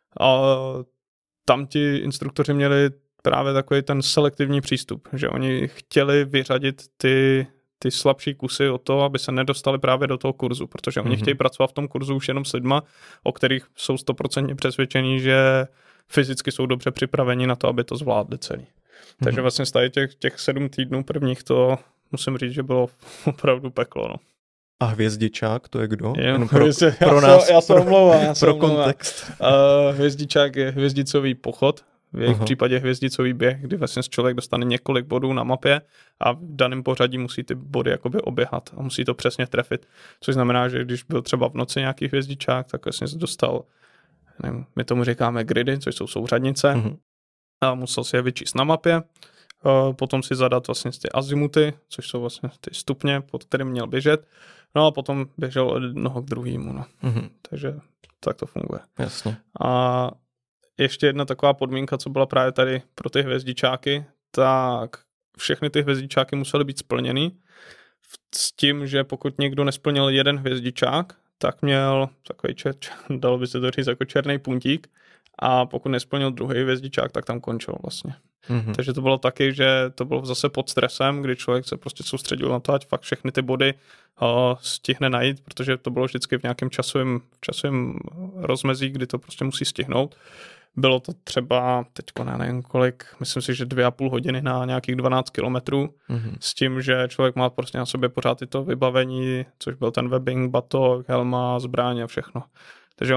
tam ti instruktoři měli právě takový ten selektivní přístup, že oni chtěli vyřadit ty slabší kusy o to, aby se nedostali právě do toho kurzu, protože oni chtějí pracovat v tom kurzu už jenom s lidma, o kterých jsou 100% přesvědčení, že fyzicky jsou dobře připraveni na to, aby to zvládli celý. Takže vlastně z tady těch 7 týdnů prvních to musím říct, že bylo opravdu peklo. No. A hvězdičák, to je kdo? Já se omlouvám. Kontext. Hvězdičák je hvězdicový pochod v jejich případě hvězdicový běh, kdy vlastně člověk dostane několik bodů na mapě a v daném pořadí musí ty body jakoby oběhat a musí to přesně trefit. Což znamená, že když byl třeba v noci nějaký hvězdičák, tak vlastně se dostal, nevím, my tomu říkáme gridy, což jsou souřadnice, a musel si je vyčíst na mapě, potom si zadat vlastně ty azimuty, což jsou vlastně ty stupně, pod kterým měl běžet, no a potom běžel od jednoho k druhému, no. Takže tak to funguje. Jasně. A ještě jedna taková podmínka, co byla právě tady pro ty hvězdičáky, tak všechny ty hvězdičáky musely být splněny s tím, že pokud někdo nesplnil jeden hvězdičák, tak měl takový dalo by se to říct jako černý puntík, a pokud nesplnil druhý hvězdičák, tak tam končil vlastně. Takže to bylo taky, že to bylo zase pod stresem, kdy člověk se prostě soustředil na to, ať fakt všechny ty body stihne najít, protože to bylo vždycky v nějakém časovém rozmezí, kdy to prostě musí stihnout. Bylo to třeba teďko nevím kolik, myslím si, že 2,5 hodiny na nějakých 12 kilometrů, s tím, že člověk má prostě na sobě pořád i to vybavení, což byl ten webbing, batok, helma, zbraň a všechno. Takže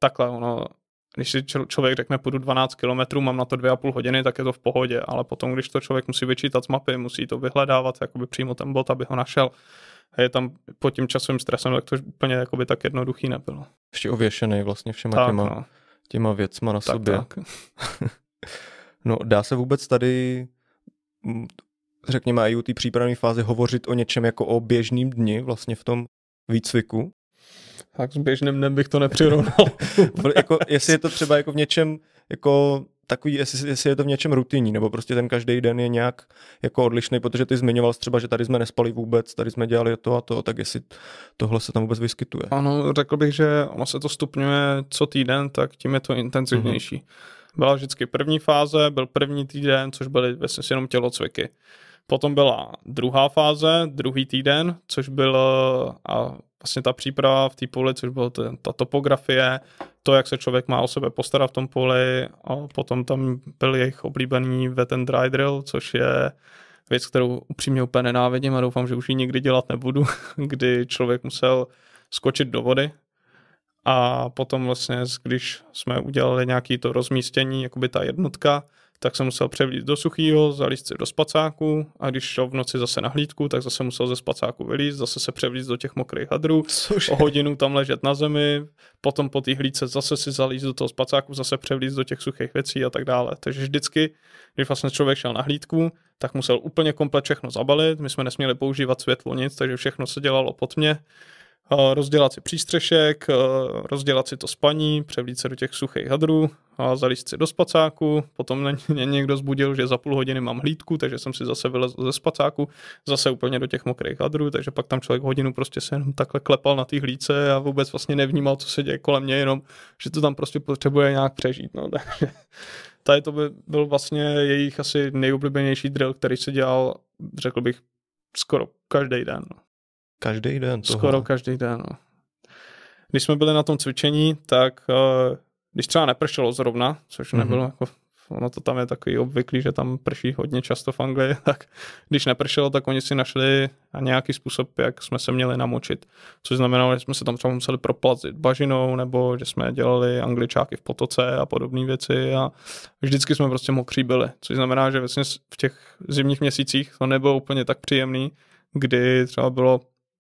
když si člověk řekne, půjdu 12 kilometrů, mám na to 2,5 hodiny, tak je to v pohodě, ale potom, když to člověk musí vyčítat z mapy, musí to vyhledávat jakoby přímo ten bod, aby ho našel, a je tam pod tím časovým stresem, tak to úplně jakoby tak jednoduchý nebylo. Ještě ověšený vlastně všema těma věcma na sobě. Tak. No, dá se vůbec tady, řekněme, i u té přípravné fáze hovořit o něčem jako o běžným dni vlastně v tom výcviku? Tak s běžným dnem bych to nepřirovnal. Jako, jestli je to třeba jako v něčem jako takový, jestli je to v něčem rutinní, nebo prostě ten každý den je nějak jako odlišný, protože ty zmiňoval třeba, že tady jsme nespali vůbec, tady jsme dělali to a to, tak jestli tohle se tam vůbec vyskytuje. Ano, řekl bych, že ono se to stupňuje co týden, tak tím je to intenzivnější. Byla vždycky první fáze, byl první týden, což byly vlastně jenom tělocviky. Potom byla druhá fáze, druhý týden, což bylo a vlastně ta příprava v té poli, což byla ta topografie, to, jak se člověk má o sebe postarat v tom poli, a potom tam byl jejich oblíbený wet and dry drill, což je věc, kterou upřímně úplně nenávidím a doufám, že už ji nikdy dělat nebudu, kdy člověk musel skočit do vody a potom vlastně, když jsme udělali nějaké to rozmístění, jakoby ta jednotka, tak se musel převlít do suchýho, zalízt si do spacáku a když šel v noci zase na hlídku, tak zase musel ze spacáku vylízt, zase se převlít do těch mokrých hadrů, o hodinu tam ležet na zemi, potom po té hlídce zase si zalízt do toho spacáku, zase převlít do těch suchých věcí a tak dále. Takže vždycky, když vlastně člověk šel na hlídku, tak musel úplně komplet všechno zabalit, my jsme nesměli používat světlo, nic, takže všechno se dělalo pod tmě. Rozdělat si přístřešek, rozdělat si to spaní, převlít se do těch suchých hadrů a zalízt si do spacáku, potom mě někdo zbudil, že za půl hodiny mám hlídku, takže jsem si zase vylezl ze spacáku, zase úplně do těch mokrých hadrů, takže pak tam člověk hodinu prostě se jenom takhle klepal na té hlídce a vůbec vlastně nevnímal, co se děje kolem mě, jenom že to tam prostě potřebuje nějak přežít. No, takže tady to by byl vlastně jejich asi nejoblíbenější drill, který se dělal, řekl bych, skoro každý den. No. Každý den? Skoro každý den. No. Když jsme byli na tom cvičení, tak když třeba nepršelo zrovna, což nebylo jako, ono to tam je takový obvyklý, že tam prší hodně často v Anglii, tak když nepršelo, tak oni si našli nějaký způsob, jak jsme se měli namočit. Což znamenalo, že jsme se tam třeba museli proplazit bažinou, nebo že jsme dělali angličáky v potoce a podobné věci a vždycky jsme prostě mokří byli. Což znamená, že vlastně v těch zimních měsících to nebylo úplně tak příjemný, kdy třeba bylo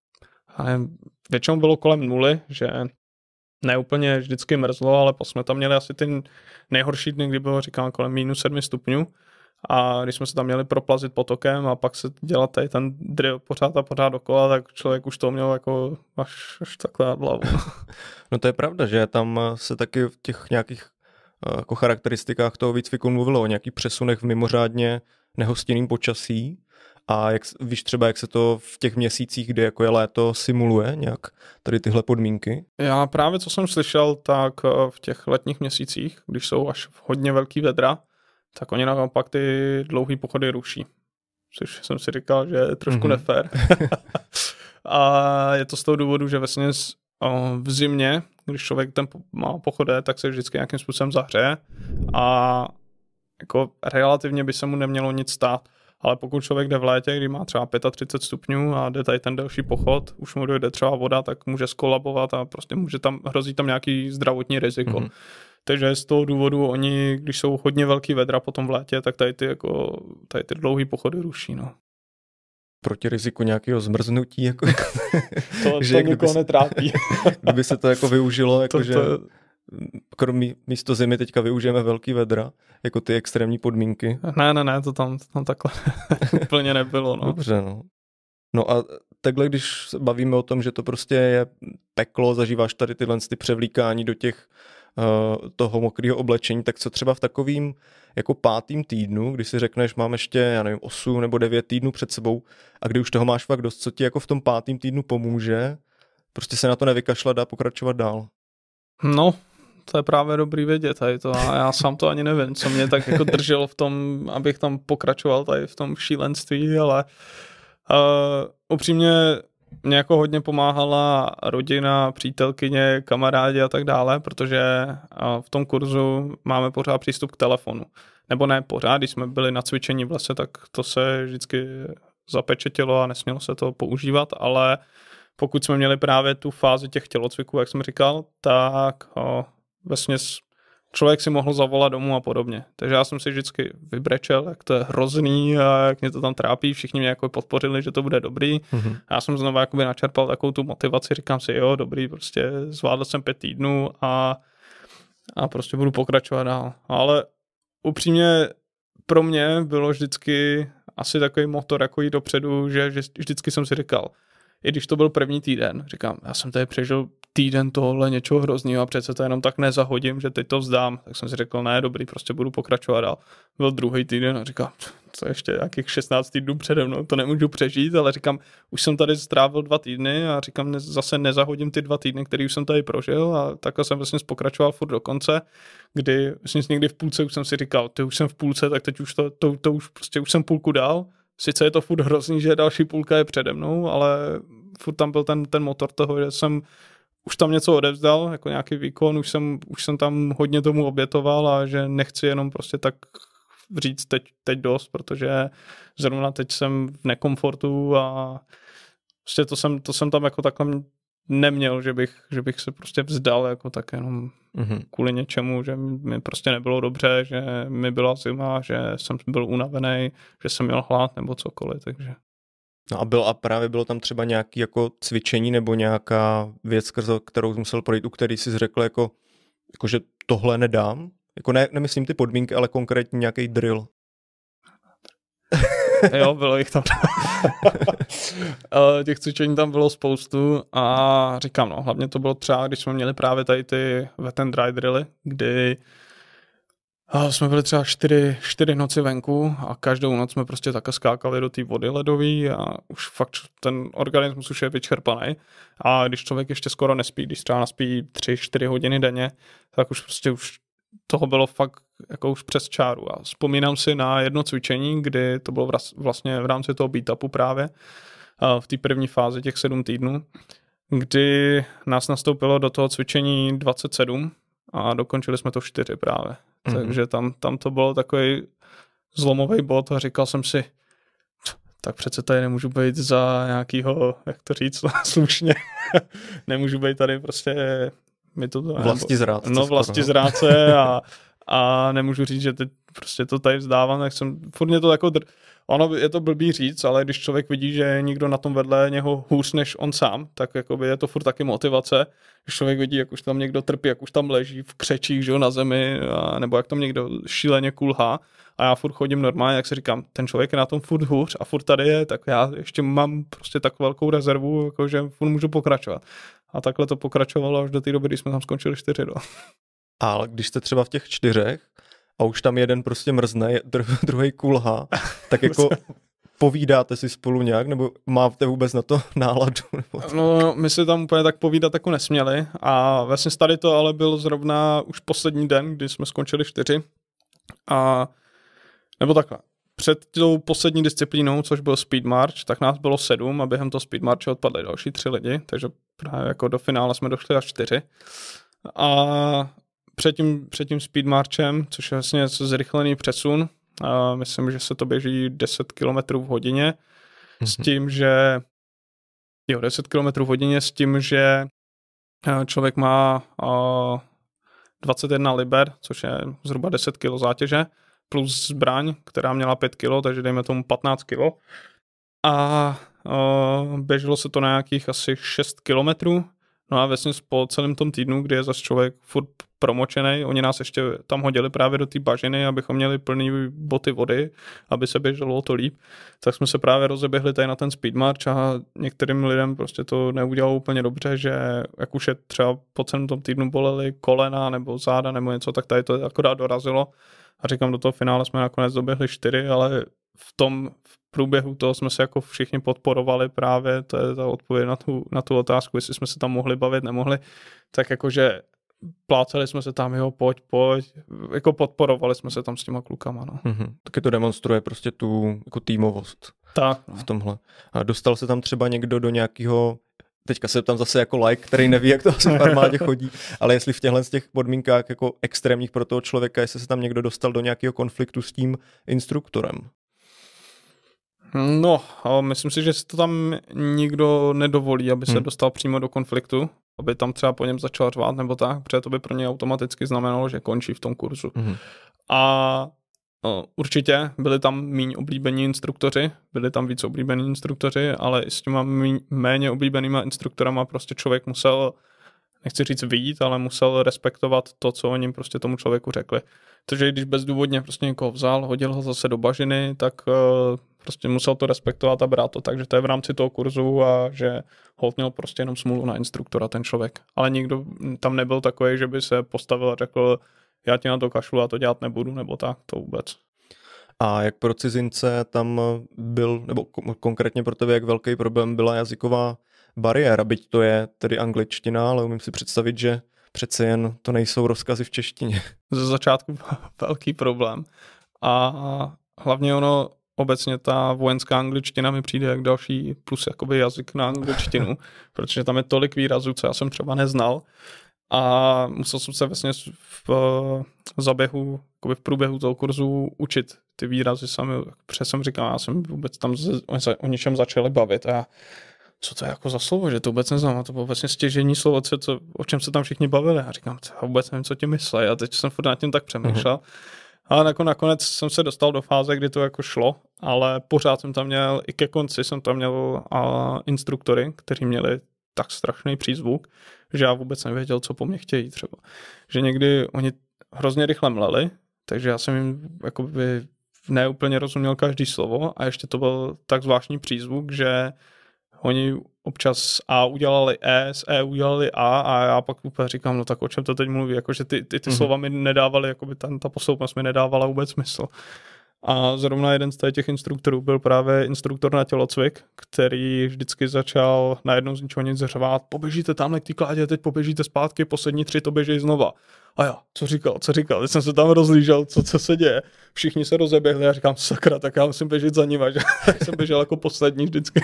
většinou bylo kolem 0, že ne úplně vždycky mrzlo, ale jsme tam měli asi ten nejhorší dny, kdy bylo říkám kolem -7 stupňů a když jsme se tam měli proplazit potokem a pak se dělat tady ten drill pořád a pořád dokola, tak člověk už to měl jako až takhle nad hlavu. No to je pravda, že tam se taky v těch nějakých jako charakteristikách toho výcviku mluvilo o nějakých přesunech v mimořádně nehostinným počasí. A víš třeba, jak se to v těch měsících, kdy jako je léto, simuluje nějak tady tyhle podmínky? Já právě, co jsem slyšel, tak v těch letních měsících, když jsou až hodně velký vedra, tak oni naopak ty dlouhý pochody ruší. Což jsem si říkal, že je trošku nefér. A je to z toho důvodu, že vlastně v zimě, když člověk ten má pochode, tak se vždycky nějakým způsobem zahřeje a jako relativně by se mu nemělo nic stát. ale pokud člověk jde v létě, kdy má třeba 35 stupňů a jde tady ten delší pochod, už mu dojde třeba voda, tak může skolabovat a prostě hrozí tam nějaký zdravotní riziko. Takže z toho důvodu oni, když jsou hodně velký vedra potom v létě, tak tady ty dlouhý pochody ruší. No. Proti riziku nějakého zmrznutí, jako to nikoho netrápí. Kdyby se to jako využilo, jakože místo zimy teďka využijeme velký vedra, jako ty extrémní podmínky. Ne, to tam takhle úplně nebylo. No. Dobře, no. No a takhle, když se bavíme o tom, že to prostě je peklo, zažíváš tady tyhle ty převlíkání do těch toho mokrého oblečení, tak co třeba v takovým jako 5. týdnu, kdy si řekneš, mám ještě, já nevím, 8 nebo 9 týdnů před sebou a kdy už toho máš fakt dost, co ti jako v tom 5. týdnu pomůže, prostě se na to nevykašlat a pokračovat dál. No, to je právě dobrý vědět tady to a já sám to ani nevím, co mě tak jako drželo v tom, abych tam pokračoval tady v tom šílenství, ale upřímně mě jako hodně pomáhala rodina, přítelkyně, kamarádi a tak dále, protože v tom kurzu máme pořád přístup k telefonu. Nebo ne pořád, když jsme byli na cvičení v lese, tak to se vždycky zapečetilo a nesmělo se to používat, ale pokud jsme měli právě tu fázi těch tělocviků, jak jsem říkal, tak vesměs člověk si mohl zavolat domů a podobně. Takže já jsem si vždycky vybrečel, jak to je hrozný a jak mě to tam trápí. Všichni mě jako podpořili, že to bude dobrý. Já jsem znovu jakoby načerpal takovou tu motivaci, říkám si, jo, dobrý, prostě zvládl jsem 5 týdnů a prostě budu pokračovat dál. Ale upřímně pro mě bylo vždycky asi takový motor, jako jít dopředu, že vždycky jsem si říkal, i když to byl první týden, říkám, já jsem tady přežil týden tohle něčeho hroznýho a přece to jenom tak nezahodím, že teď to vzdám. Tak jsem si řekl, ne, dobrý, prostě budu pokračovat dál. Byl 2. týden a říkám, to ještě nějakých 16 týdnů přede mnou, to nemůžu přežít, ale říkám, už jsem tady strávil 2 týdny a říkám, zase nezahodím ty 2 týdny, který už jsem tady prožil a takhle jsem vlastně pokračoval furt do konce, kdy vlastně někdy v půlce už jsem si říkal, ty už jsem v půlce, tak teď už to už prostě už jsem půlku dál. Sice je to furt hrozný, že další půlka je přede mnou, ale furt tam byl ten motor toho, že jsem už tam něco odevzdal, jako nějaký výkon, už jsem tam hodně tomu obětoval a že nechci jenom prostě tak říct teď dost, protože zrovna teď jsem v nekomfortu a prostě to jsem tam jako takhle neměl, že bych se prostě vzdal jako tak jenom kvůli něčemu, že mi prostě nebylo dobře, že mi byla zima, že jsem byl unavený, že jsem měl hlad nebo cokoliv, takže. No a právě bylo tam třeba nějaké jako cvičení nebo nějaká věc, kterou jsi musel projít, u který jsi řekl jako že tohle nedám? Jako nemyslím ty podmínky, ale konkrétně nějaký drill. Jo, bylo jich tam. Těch cvičení tam bylo spoustu a říkám, no, hlavně to bylo třeba, když jsme měli právě tady ty wet and dry drilly, kdy jsme byli třeba 4 noci venku a každou noc jsme prostě také skákali do té vody ledové a už fakt ten organismus už je vyčerpaný a když člověk ještě skoro nespí, když třeba naspí 3-4 hodiny denně, tak už prostě už toho bylo fakt jako už přes čáru a vzpomínám si na jedno cvičení, kdy to bylo vlastně v rámci toho beat-upu právě v té první fázi těch 7 týdnů, kdy nás nastoupilo do toho cvičení 27 a dokončili jsme to 4 právě. Takže tam to bylo takový zlomový bod a říkal jsem si, tak přece tady nemůžu být za nějakýho, jak to říct slušně, nemůžu být tady prostě vlastizrádce. No vlastizrádce a nemůžu říct, že teď prostě to tady vzdávám, tak jsem, furt mě to jako ono je to blbý říct, ale když člověk vidí, že je někdo na tom vedle něho hůř než on sám, tak jakoby je to furt taky motivace. Když člověk vidí, jak už tam někdo trpí, jak už tam leží v křečích, že jo, na zemi, nebo jak tam někdo šíleně kulhá a já furt chodím normálně, jak si říkám, ten člověk je na tom furt hůř a furt tady je, tak já ještě mám prostě tak velkou rezervu, jako že furt můžu pokračovat. A takhle to pokračovalo až do té doby, kdy jsme tam skončili 4. Ale když jste třeba v těch 4 a už tam jeden prostě mrzne, druhý kulhá, tak jako povídáte si spolu nějak, nebo máte vůbec na to náladu? No, my si tam úplně tak povídat jako nesměli a vlastně tady to ale byl zrovna už poslední den, kdy jsme skončili 4 a nebo takhle. Před tou poslední disciplínou, což byl speed march, tak nás bylo 7 a během toho speed marche odpadli další 3 lidi, takže právě jako do finále jsme došli až 4. A před tím speed marchem, což je vlastně zrychlený přesun, myslím, že se to běží 10 km v hodině, s tím, že 10 km v hodině s tím, že člověk má 21 liber, což je zhruba 10 kg zátěže, plus zbraň, která měla 5 kg, takže dejme tomu 15 kg. A běželo se to na nějakých asi 6 kilometrů. No a vlastně po celém tom týdnu, kdy je zase člověk furt promočený, oni nás ještě tam hodili právě do té bažiny, abychom měli plný boty vody, aby se běželo o to líp, tak jsme se právě rozeběhli tady na ten speedmarch a některým lidem prostě to neudělalo úplně dobře, že jak už je třeba po celém tom týdnu bolely kolena nebo záda nebo něco, tak tady to akorát dorazilo a říkám, do toho finále jsme nakonec doběhli 4, ale v průběhu toho jsme se jako všichni podporovali právě, to je ta odpověď na tu otázku, jestli jsme se tam mohli bavit, nemohli, tak jakože pláceli jsme se tam, jo, pojď, jako podporovali jsme se tam s těma klukama, no. Taky to demonstruje prostě tu jako týmovost. Tak. No. V tomhle. A dostal se tam třeba někdo do nějakého, teďka se tam zase jako like, který neví, jak to asi v armádě chodí, ale jestli v těchto z těch podmínkách jako extrémních pro toho člověka, jestli se tam někdo dostal do nějakého konfliktu s tím instruktorem. No, myslím si, že si to tam nikdo nedovolí, aby se dostal přímo do konfliktu, aby tam třeba po něm začal řvát nebo tak, protože to by pro něj automaticky znamenalo, že končí v tom kurzu. A určitě byli tam míň oblíbení instruktoři, byli tam víc oblíbení instruktoři, ale i s těma méně oblíbenýma instruktorama prostě člověk musel, nechci říct vyjít, ale musel respektovat to, co oni prostě tomu člověku řekli. Takže když bezdůvodně prostě někoho vzal, hodil ho zase do bažiny, tak prostě musel to respektovat a brát to tak, že to je v rámci toho kurzu a že holt měl prostě jenom smůlu na instruktora ten člověk. Ale nikdo tam nebyl takový, že by se postavil a řekl, já ti na to kašlu a to dělat nebudu, nebo tak, to vůbec. A jak pro cizince tam byl, nebo konkrétně pro tebe, jak velký problém byla jazyková bariéra, byť to je tedy angličtina, ale umím si představit, že přece jen to nejsou rozkazy v češtině. Ze začátku velký problém. A hlavně ono, obecně ta vojenská angličtina mi přijde jak další plus jakoby jazyk na angličtinu, protože tam je tolik výrazů, co já jsem třeba neznal. A musel jsem se vlastně v zaběhu, v průběhu toho kurzu učit ty výrazy sami, protože jsem říkal, já jsem vůbec tam o něčem začali bavit a co to je jako za slovo, že to vůbec neznám, a to bylo vlastně stěžejní slovo, o čem se tam všichni bavili. A říkám, já vůbec nevím, co ti myslí. A teď jsem furt nad tím tak přemýšlel. Ale nakonec jsem se dostal do fáze, kdy to jako šlo, ale pořád jsem tam měl, i ke konci jsem tam měl instruktory, kteří měli tak strašný přízvuk, že já vůbec nevěděl, co po mně chtějí třeba. Že někdy oni hrozně rychle mleli, takže já jsem jim jakoby neúplně rozuměl každý slovo a ještě to byl tak zvláštní přízvuk, že oni občas A udělali E, s E udělali A já pak úplně říkám, no tak o čem to teď mluví, jakože ty slova mi nedávaly, jakoby ta posloupnost mi nedávala vůbec smysl. A zrovna jeden z těch instruktorů byl právě instruktor na tělocvik, který vždycky začal najednou z ničeho nic řvát, poběžíte tamhle k té kládě, teď poběžíte zpátky, poslední 3 to běží znova. A já, co říkal? Teď jsem se tam rozlížel, co se děje. Všichni se rozeběhli a říkám, sakra, tak já musím běžet za nima, že jsem běžel jako poslední vždycky.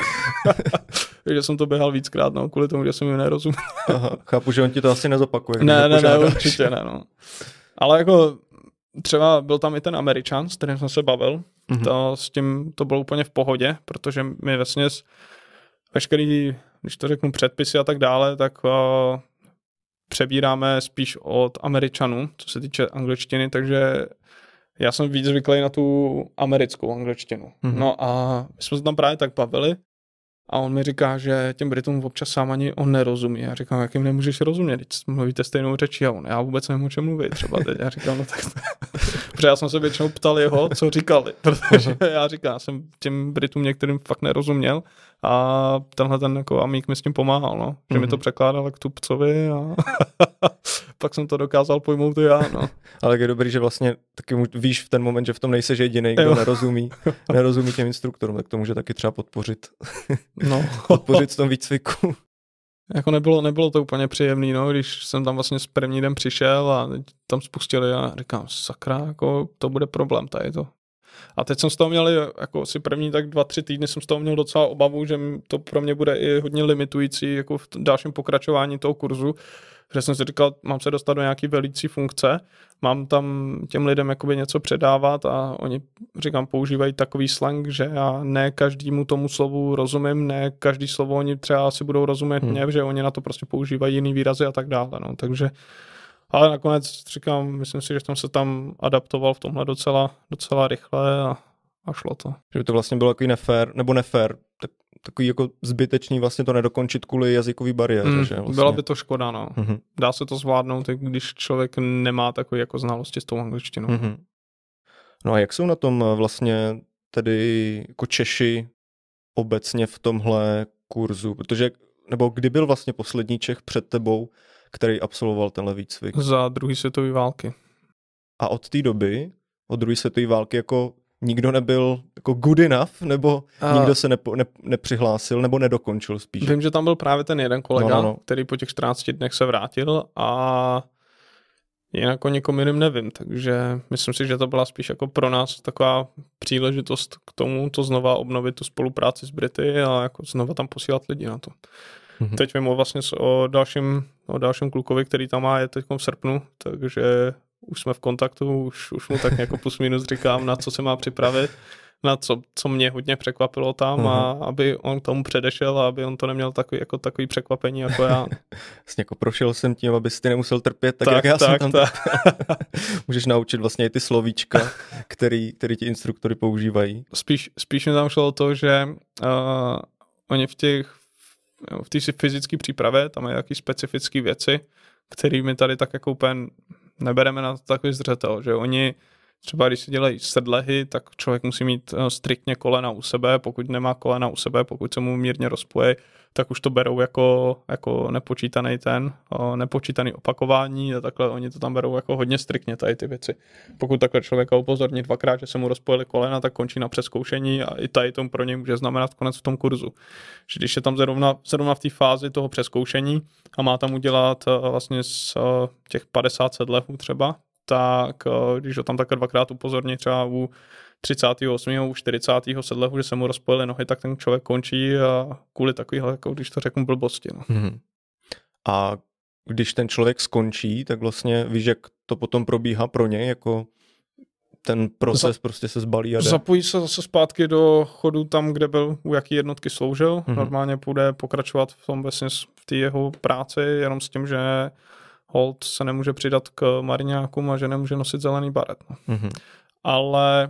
Takže jsem to běhal víckrát, no, kvůli tomu, že jsem jim nerozuměl. Aha, chápu, že on ti to asi nezopakuje. Ne, určitě ne, no. Ale jako třeba byl tam i ten Američan, s kterým jsem se bavil, s tím to bylo úplně v pohodě, protože my vlastně veškerý, když to řeknu, předpisy a tak dále, tak přebíráme spíš od Američanů, co se týče angličtiny, takže já jsem víc zvyklý na tu americkou angličtinu. No a my jsme se tam právě tak bavili a on mi říká, že těm Britům občas sám ani on nerozumí. Já říkám, jak jim nemůžeš rozumět, teď mluvíte stejnou řečí a on, já vůbec nevím, o čem mluvit třeba teď. Já říkám, no tak protože já jsem se většinou ptal jeho, co říkali, protože já říkám, jsem těm Britům některým fakt nerozuměl a tenhle ten jako amík mi s tím pomáhal, no, že mi to překládal k tupcovi a pak jsem to dokázal pojmout i já, no. Ale je dobrý, že vlastně taky víš v ten moment, že v tom nejseš jedinej, kdo nerozumí těm instruktorům, tak to může taky třeba podpořit. No. Podpořit v tom výcviku. Jako nebylo to úplně příjemný, no, když jsem tam vlastně s první den přišel a tam spustili a říkám, sakra, jako to bude problém tady to. A teď jsem z toho měl jako si první tak 2-3 týdny jsem z toho měl docela obavu, že to pro mě bude i hodně limitující jako v dalším pokračování toho kurzu, Že jsem si říkal, mám se dostat do nějaký velící funkce, mám tam těm lidem jakoby něco předávat a oni, říkám, používají takový slang, že já ne každému tomu slovu rozumím, ne každý slovo oni třeba si budou rozumět mě, že oni na to prostě používají jiný výrazy a tak dále, no, takže ale nakonec říkám, myslím si, že jsem se tam adaptoval v tomhle docela rychle a šlo to. Že by to vlastně bylo takový nefér, takový jako zbytečný vlastně to nedokončit kvůli jazykový bariéře, že vlastně. Byla by to škoda, no. Dá se to zvládnout, když člověk nemá takový jako znalosti s tou angličtinou. No a jak jsou na tom vlastně tedy jako Češi obecně v tomhle kurzu? Protože, nebo kdy byl vlastně poslední Čech před tebou, který absolvoval tenhle výcvik? Za druhé světové války. A od té doby, od druhé světové války, jako nikdo nebyl jako good enough, nebo nikdo se nepřihlásil, nebo nedokončil spíš? Vím, že tam byl právě ten jeden kolega, který po těch 14 dnech se vrátil a jinak o někom jiným nevím, takže myslím si, že to byla spíš jako pro nás taková příležitost k tomu, to znova obnovit tu spolupráci s Brity a jako znova tam posílat lidi na to. Teď vím vlastně o dalším klukovi, který tam má, je teď v srpnu, takže už jsme v kontaktu, už mu tak jako plus minus říkám, na co se má připravit, na co mě hodně překvapilo tam a aby on tomu předešel a aby on to neměl takový překvapení jako já. Vlastně jako prošel jsem tím, abys ty nemusel trpět, tak jak já jsem tam trpěl. Můžeš naučit vlastně i ty slovíčka, který ti instruktory používají. Spíš mi tam šlo o to, že oni v té fyzické přípravě tam mají jaký specifické věci, kterými tady tak jako úplně nebereme na takový zřetel, že oni třeba když si dělají sedlehy, tak člověk musí mít striktně kolena u sebe, pokud nemá kolena u sebe, pokud se mu mírně rozpoje, tak už to berou jako nepočítaný opakování a takhle oni to tam berou jako hodně striktně tady ty věci. Pokud takhle člověka upozorní dvakrát, že se mu rozpojily kolena, tak končí na přezkoušení a i tady to pro něj může znamenat konec v tom kurzu. Že když je tam zrovna v té fázi toho přezkoušení a má tam udělat vlastně z těch 50 sedlehů třeba, tak když ho tam takhle dvakrát upozorní třeba u 38. u 40. sedlehu, že se mu rozpojily nohy, tak ten člověk končí a kvůli takovýhle, jako když to řeknu, blbosti. No. A když ten člověk skončí, tak vlastně víš, jak to potom probíhá pro něj, jako ten proces prostě se zbalí a jde. Zapojí se zase zpátky do chodu tam, kde byl, u jaký jednotky sloužil. Normálně půjde pokračovat v té jeho práci, jenom s tím, že hold se nemůže přidat k mariňákům a že nemůže nosit zelený baret. No. Ale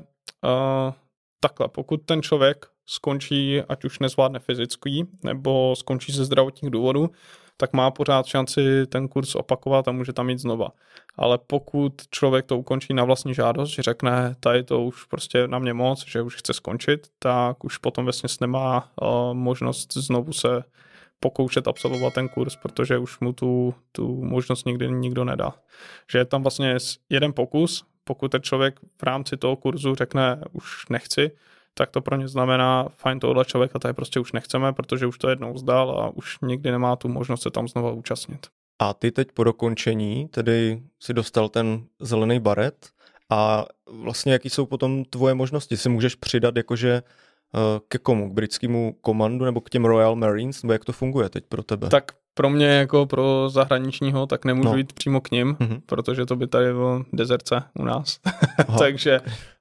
takhle, pokud ten člověk skončí, ať už nezvládne fyzický, nebo skončí ze zdravotních důvodů, tak má pořád šanci ten kurz opakovat a může tam jít znova. Ale pokud člověk to ukončí na vlastní žádost, že řekne, tady to už prostě na mě moc, že už chce skončit, tak už potom vesměs nemá možnost znovu se pokoušet absolvovat ten kurz, protože už mu tu možnost nikdy nikdo nedá. Že je tam vlastně jeden pokus, pokud ten člověk v rámci toho kurzu řekne už nechci, tak to pro ně znamená fajn, tohle člověka tady prostě už nechceme, protože už to jednou vzdal a už nikdy nemá tu možnost se tam znova účastnit. A ty teď po dokončení tedy si dostal ten zelený baret a vlastně jaký jsou potom tvoje možnosti? Si můžeš přidat jakože ke komu? K britskému komandu nebo k těm Royal Marines? Nebo jak to funguje teď pro tebe? Tak pro mě jako pro zahraničního, tak nemůžu jít přímo k nim, protože to by tady bylo dezerce u nás. Takže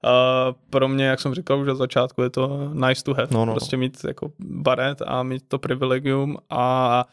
pro mě, jak jsem říkal už od začátku, je to nice to have. Prostě mít jako baret a mít to privilegium a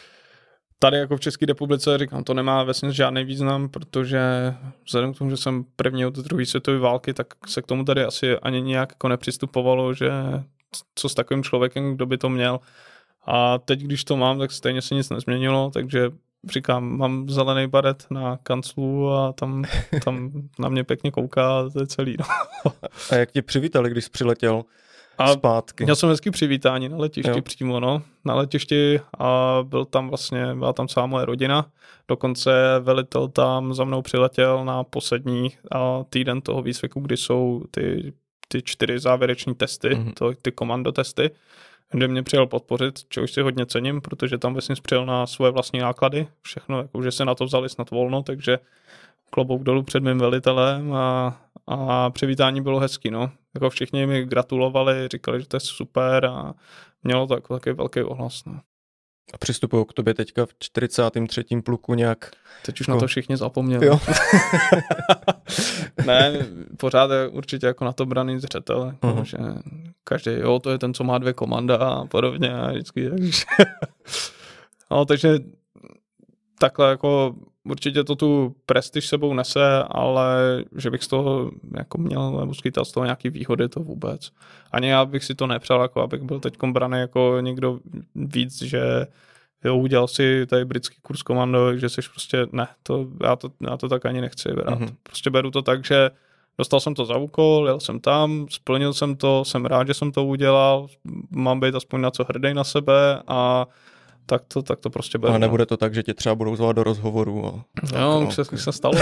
tady jako v České republice, říkám, to nemá vlastně žádný význam, protože vzhledem k tomu, že jsem první od druhé světové války, tak se k tomu tady asi ani nějak jako nepřistupovalo, že co s takovým člověkem, kdo by to měl. A teď, když to mám, tak stejně se nic nezměnilo, takže říkám, mám zelený baret na kanclu a tam na mě pěkně kouká a to je celý. No. A jak tě přivítali, když jsi přiletěl zpátky? Měl jsem hezký přivítání na letišti přímo, no. Na letišti a byla tam celá moje rodina. Dokonce velitel tam za mnou přiletěl na poslední týden toho výcviku, kdy jsou ty 4 závěreční testy, ty komando testy, kde mě přijel podpořit, čehož si hodně cením, protože tam vlastně přijel na svoje vlastní náklady, všechno, jako, že se na to vzali snad volno, takže klobouk dolů před mým velitelem a přivítání bylo hezký, no. Jako všichni mi gratulovali, říkali, že to je super a mělo to jako takový velký ohlas, no. A přistupují k tobě teďka v 43. pluku nějak... Teď už na to všichni zapomněli. Jo. Ne, pořád je určitě jako na to braný zřetel, jako, že každý, jo, to je ten, co má 2 komanda a podobně a vždycky, no, takže takhle jako určitě to tu prestiž sebou nese, ale že bych z toho jako měl nebo skýtal z toho nějaký výhody, to vůbec. Ani já bych si to nepřál, jako abych byl teďkom braný jako někdo víc, že jo, udělal si tady britský kurz komando, že jsi prostě, ne, já to tak ani nechci brát. Prostě beru to tak, že dostal jsem to za úkol, jel jsem tam, splnil jsem to, jsem rád, že jsem to udělal, mám být aspoň na co hrdý na sebe a tak to prostě beru. Ale nebude to tak, že tě třeba budou zvát do rozhovoru. Jo, už se stalo.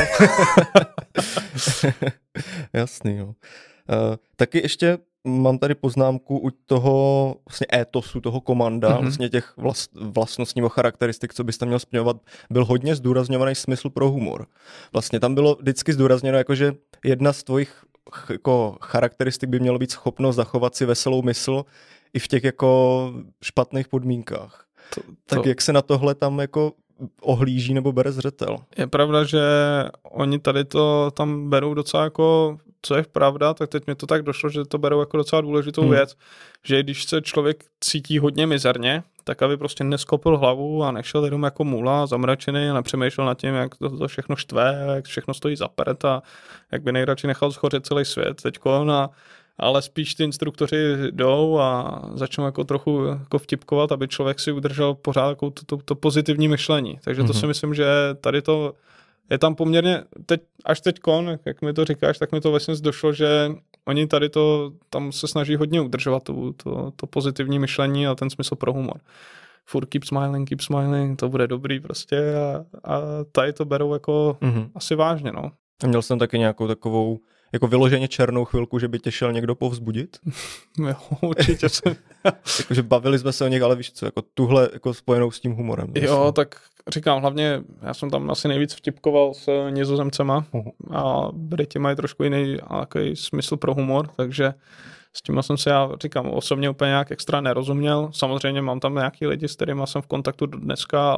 Jasný, jo. Taky ještě mám tady poznámku u toho vlastně étosu toho komanda, vlastně těch vlastností nebo charakteristik, co byste měl splňovat, byl hodně zdůrazňovaný smysl pro humor. Vlastně tam bylo vždycky zdůrazněno, jakože jedna z tvojich jako charakteristik by mělo být schopnost zachovat si veselou mysl i v těch jako špatných podmínkách. Tak jak se na tohle tam jako ohlíží nebo bere zřetel? Je pravda, že oni tady to tam berou docela jako, co je pravda, tak teď mi to tak došlo, že to berou jako docela důležitou věc, že když se člověk cítí hodně mizerně, tak aby prostě neskopil hlavu a nešel jenom jako mula zamračený a nepřemýšlel nad tím, jak to všechno štve, jak všechno stojí za prd a jak by nejradši nechal schořet celý svět teďko, ale spíš ty instruktoři jdou a začnou jako trochu jako vtipkovat, aby člověk si udržel pořád jako to pozitivní myšlení. Takže to si myslím, že tady to je tam poměrně, až teďkon, jak mi to říkáš, tak mi to vlastně došlo, že oni tady to tam se snaží hodně udržovat to pozitivní myšlení a ten smysl pro humor. Furt keep smiling, to bude dobrý prostě a tady to berou jako asi vážně, no. A měl jsem taky nějakou takovou jako vyloženě černou chvilku, že by tě šel někdo povzbudit? Jo, určitě jsem. Jakože bavili jsme se o nich, ale víš co, jako tuhle jako spojenou s tím humorem. Jo, tak říkám, hlavně já jsem tam asi nejvíc vtipkoval s Nizozemcema a Briti mají trošku jiný takový smysl pro humor, takže s tím jsem se, já říkám, osobně úplně nějak extra nerozuměl. Samozřejmě mám tam nějaký lidi, s kterými jsem v kontaktu dneska,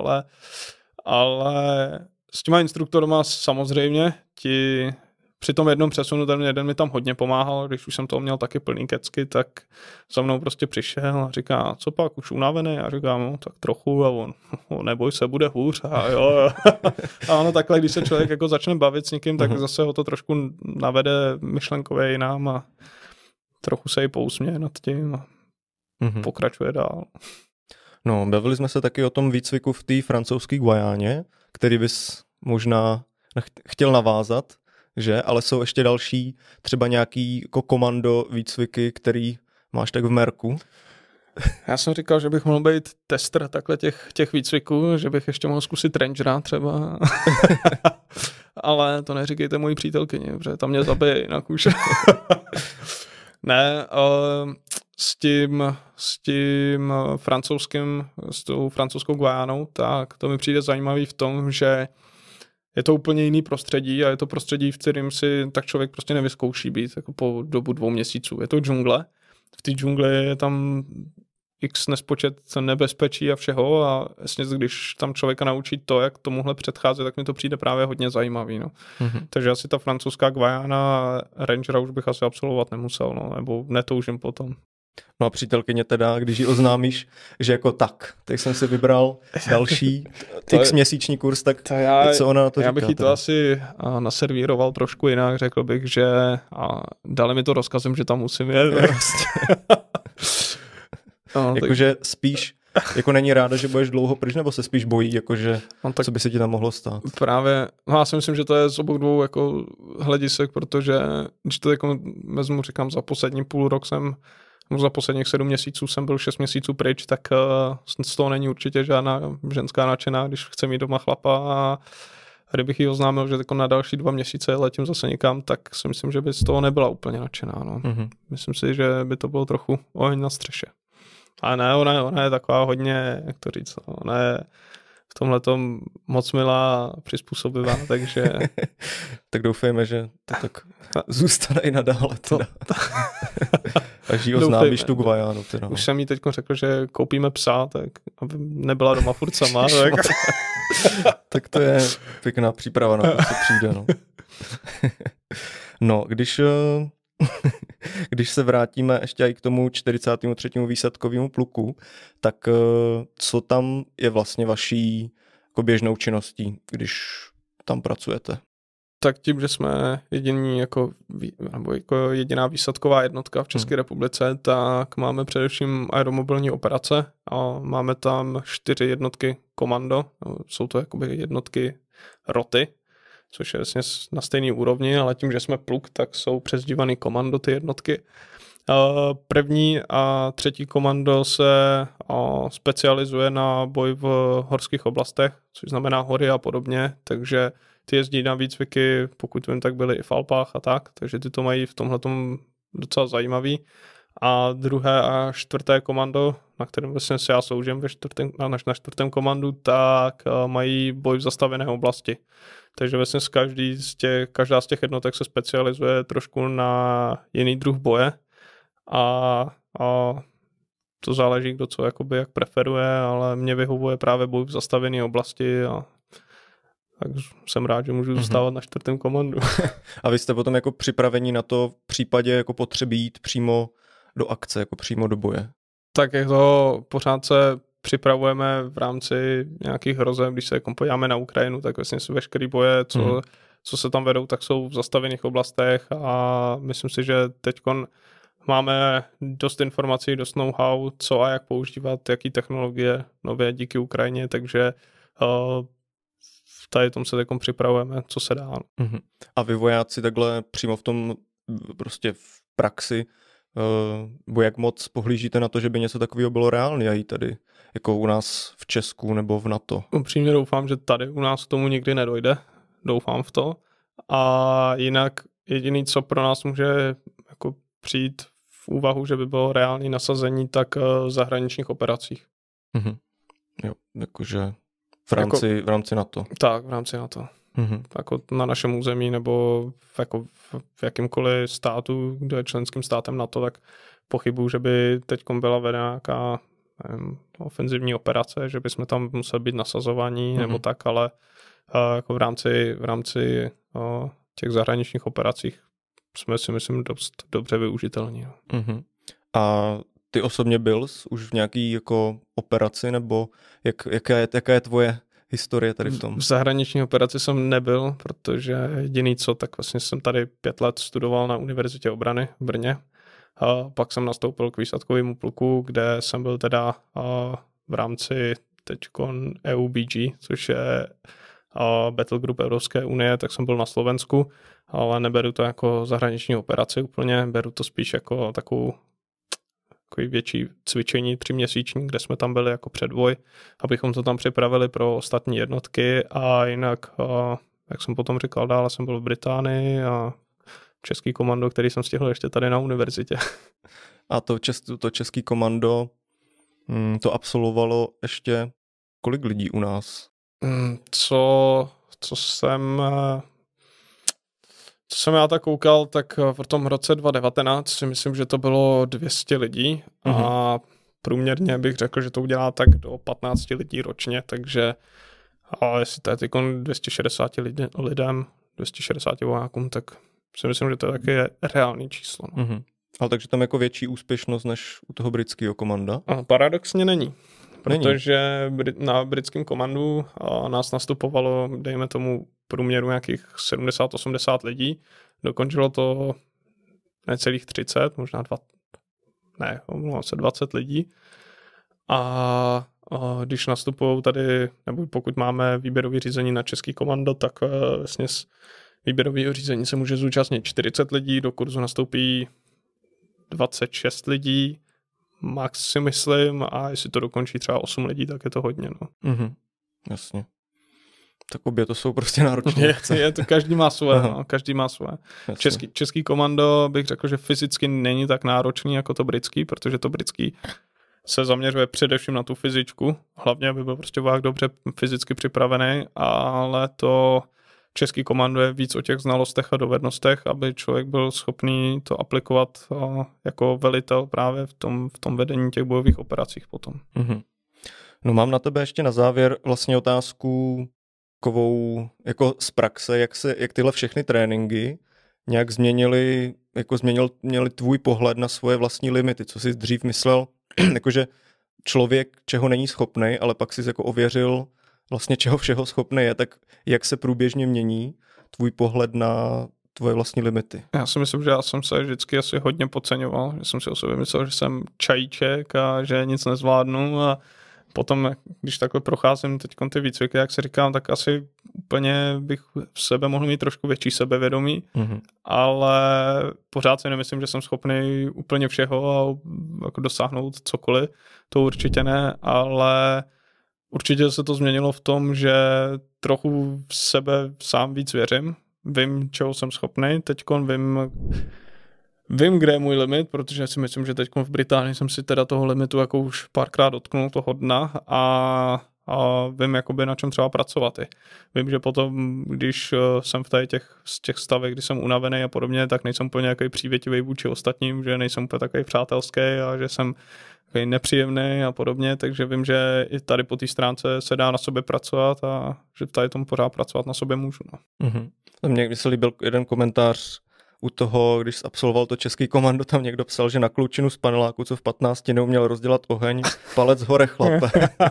ale s těma instruktorama samozřejmě při tom jednom přesunu ten jeden mi tam hodně pomáhal, když už jsem toho měl taky plný kecky, tak za mnou prostě přišel a říká, co pak, už unavený? A říkám, no tak trochu a on neboj se, bude hůř a jo. A ono takhle, když se člověk jako začne bavit s někým, tak zase ho to trošku navede myšlenkově jinam a trochu se jí pousměje nad tím a pokračuje dál. No, bavili jsme se taky o tom výcviku v té francouzské Guajáně, který bys možná chtěl navázat, že? Ale jsou ještě další, třeba nějaký jako komando výcviky, který máš tak v merku? Já jsem říkal, že bych mohl být tester takhle těch výcviků, že bych ještě mohl zkusit rangera třeba. Ale to neříkejte mojí přítelkyni, protože tam mě zabije jinak už. Ne, s tím francouzským, s tou francouzskou Guajánou, tak to mi přijde zajímavý v tom, že je to úplně jiný prostředí a je to prostředí, v kterém si tak člověk prostě nevyzkouší být jako po dobu 2 měsíců. Je to džungle. V té džungli je tam x nespočet nebezpečí a všeho a jasně, když tam člověka naučí to, jak tomuhle předcházet, tak mi to přijde právě hodně zajímavý. No. Takže asi ta francouzská Guayana Rangera už bych asi absolvovat nemusel, no, nebo netoužím potom. No a přítelkyně teda, když ji oznámíš, že jako tak jsem si vybral další x-měsíční kurz, tak co ona na to říká? Já bych jí to asi naservíroval trošku jinak, řekl bych, že dali mi to rozkazem, že tam musím jet. No, jakože spíš jako není ráda, že budeš dlouho pryč, nebo se spíš bojí, jakože co by se ti tam mohlo stát? Právě, já si myslím, že to je z obou dvou jako hledisek, protože když to jako vezmu, říkám, za poslední půl rok za posledních 7 měsíců jsem byl 6 měsíců pryč, tak z toho není určitě žádná ženská nadšená, když chce mít doma chlapa a kdybych jí oznámil, že jako na další 2 měsíce letím zase někam, tak si myslím, že by z toho nebyla úplně nadšená. No. Myslím si, že by to bylo trochu oheň na střeše. Ale ne, ona je taková hodně, jak to říct, ona je v tomhletom moc milá, přizpůsobivá, takže... Tak doufejme, že to tak zůstane i nadále. Teda. Až jí oznámíš tu Gvajánu. Teda. Už jsem jí teď řekl, že koupíme psa, tak aby nebyla doma furt sama. Tak... Tak to je pěkná příprava na to, co přijde. No, no když se vrátíme ještě i k tomu 43. výsadkovému pluku, tak co tam je vlastně vaší jako běžnou činností, když tam pracujete? Tak tím, že jsme jako jediná výsadková jednotka v České republice, tak máme především aeromobilní operace a máme tam 4 jednotky komando. Jsou to jakoby jednotky roty, což je vlastně na stejné úrovni, ale tím, že jsme pluk, tak jsou přezdívaný komando ty jednotky. První a třetí komando se specializuje na boj v horských oblastech, což znamená hory a podobně, takže ty jezdí na výcviky, pokud vím, tak byly i v Alpách a tak, takže ty to mají v tomhletom docela zajímavý. A druhé a čtvrté komando, na kterém vlastně já sloužím na čtvrtém komandu, tak mají boj v zastavěné oblasti. Takže vlastně každá z těch jednotek se specializuje trošku na jiný druh boje a to záleží, kdo co jakoby jak preferuje, ale mě vyhovuje právě boj v zastavěné oblasti a tak jsem rád, že můžu zůstávat na čtvrtém komandu. A vy jste potom jako připraveni na to v případě jako potřeby jít přímo do akce, jako přímo do boje? Tak jak to pořád se připravujeme v rámci nějakých hrozeb, když se podíváme na Ukrajinu, tak vlastně jsou veškerý boje, co se tam vedou, tak jsou v zastavených oblastech a myslím si, že teďkon máme dost informací, dost know-how, co a jak používat, jaký technologie nově díky Ukrajině, takže tady tom se takom připravujeme, co se dá. A vy vojáci takhle přímo v tom prostě v praxi, bo jak moc pohlížíte na to, že by něco takového bylo reálné a i tady, jako u nás v Česku nebo v NATO? Upřímně doufám, že tady u nás k tomu nikdy nedojde. Doufám v to. A jinak jediný, co pro nás může jako přijít v úvahu, že by bylo reálné nasazení, tak v zahraničních operacích. Jo, jakože v rámci NATO. Tak, v rámci NATO. Jako na našem území nebo v jakýmkoliv státu, kde je členským státem NATO, tak pochybuju, že by teď byla vedena nějaká ofenzivní operace, že bychom tam museli být nasazovaní nebo tak, ale jako v rámci těch zahraničních operacích jsme si myslím dost dobře využitelní. A ty osobně byl už v nějaký jako operaci, nebo jaká je tvoje historie tady v tom? V zahraniční operaci jsem nebyl, protože jediný co, tak vlastně jsem tady 5 let studoval na Univerzitě obrany v Brně. A pak jsem nastoupil k výsadkovému pluku, kde jsem byl teda v rámci teďkon EUBG, což je Battle Group Evropské unie, tak jsem byl na Slovensku, ale neberu to jako zahraniční operaci úplně, beru to spíš jako takový větší cvičení 3měsíční, kde jsme tam byli jako předvoj, abychom to tam připravili pro ostatní jednotky a jinak, jak jsem potom říkal, dále jsem byl v Británii a český komando, který jsem stihl ještě tady na univerzitě. A to český komando to absolvovalo ještě kolik lidí u nás? Co jsem já tak koukal, tak v tom roce 2019 si myslím, že to bylo 200 lidí a průměrně bych řekl, že to udělá tak do 15 lidí ročně, takže jestli to je teď 260 lidem, 260 vojákům, tak si myslím, že to je taky reálný číslo. No. Ale takže tam jako větší úspěšnost než u toho britského komanda? Paradoxně není. Protože na britském komandu nás nastupovalo, dejme tomu, průměru nějakých 70-80 lidí. Dokončilo to necelých 30, možná 20 lidí. A když nastupují tady, nebo pokud máme výběrové řízení na český komando, tak vlastně z výběrového řízení se může zúčastnit 40 lidí, do kurzu nastoupí 26 lidí, max si myslím, a jestli to dokončí třeba 8 lidí, tak je to hodně. No. Jasně. Tak obě to jsou prostě náročné. Každý má své. No, každý má své. Český komando bych řekl, že fyzicky není tak náročný jako to britský, protože to britský se zaměřuje především na tu fyzičku, hlavně aby byl prostě voják dobře fyzicky připravený, ale to český komando je víc o těch znalostech a dovednostech, aby člověk byl schopný to aplikovat jako velitel právě v tom vedení těch bojových operacích potom. Mm-hmm. No mám na tebe ještě na závěr vlastně otázku takovou jako z praxe, jak tyhle všechny tréninky nějak změnili tvůj pohled na svoje vlastní limity, co jsi dřív myslel, jakože člověk, čeho není schopnej, ale pak jsi jako ověřil vlastně čeho všeho schopný je, tak jak se průběžně mění tvůj pohled na tvoje vlastní limity? Já si myslím, že já jsem se vždycky asi hodně podceňoval, že jsem si o sobě myslel, že jsem čajíček a že nic nezvládnu a potom, když takhle procházím teď ty výcviky, jak si říkám, tak asi úplně bych v sebe mohl mít trošku větší sebevědomí, ale pořád si nemyslím, že jsem schopný úplně všeho a jako dosáhnout cokoliv, to určitě ne, ale určitě se to změnilo v tom, že trochu v sebe sám víc věřím, vím, čeho jsem schopný, teďkon vím, kde je můj limit, protože si myslím, že teď v Británii jsem si teda toho limitu jako už párkrát dotknul toho dna a vím, jakoby na čem třeba pracovat. Vím, že potom, když jsem v těch stavech, kdy jsem unavený a podobně, tak nejsem úplně nějaký přívětivý vůči ostatním, že nejsem úplně takový přátelský a že jsem takový nepříjemný a podobně, takže vím, že i tady po té stránce se dá na sobě pracovat a že tady tomu pořád pracovat na sobě můžu. No. Mm-hmm. Mně se líbil jeden komentář u toho, když absolvoval to český komando, tam někdo psal, že na klučinu z paneláku, co v 15 neuměl rozdělat oheň, palec hore, chlape.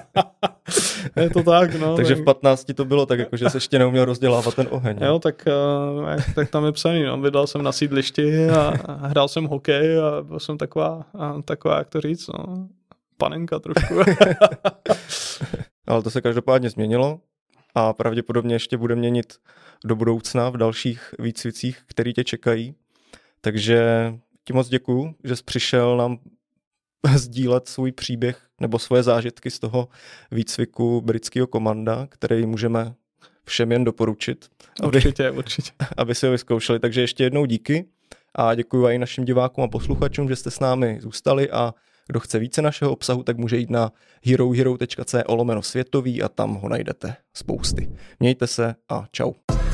Je to tak, no. Takže v 15 to bylo tak, jako, že se ještě neuměl rozdělávat ten oheň. Jo, tak tam je psaný, no. Bydlel jsem na sídlišti a hrál jsem hokej a byl jsem taková, jak to říct, no, panenka trošku. Ale to se každopádně změnilo a pravděpodobně ještě bude měnit do budoucna v dalších výcvicích, který tě čekají. Takže ti moc děkuju, že jsi přišel nám sdílet svůj příběh nebo svoje zážitky z toho výcviku britského komanda, který můžeme všem jen doporučit. Určitě. Aby si ho vyzkoušeli. Takže ještě jednou díky a děkuju i našim divákům a posluchačům, že jste s námi zůstali a kdo chce více našeho obsahu, tak může jít na herohero.co/světový a tam ho najdete spousty. Mějte se a čau.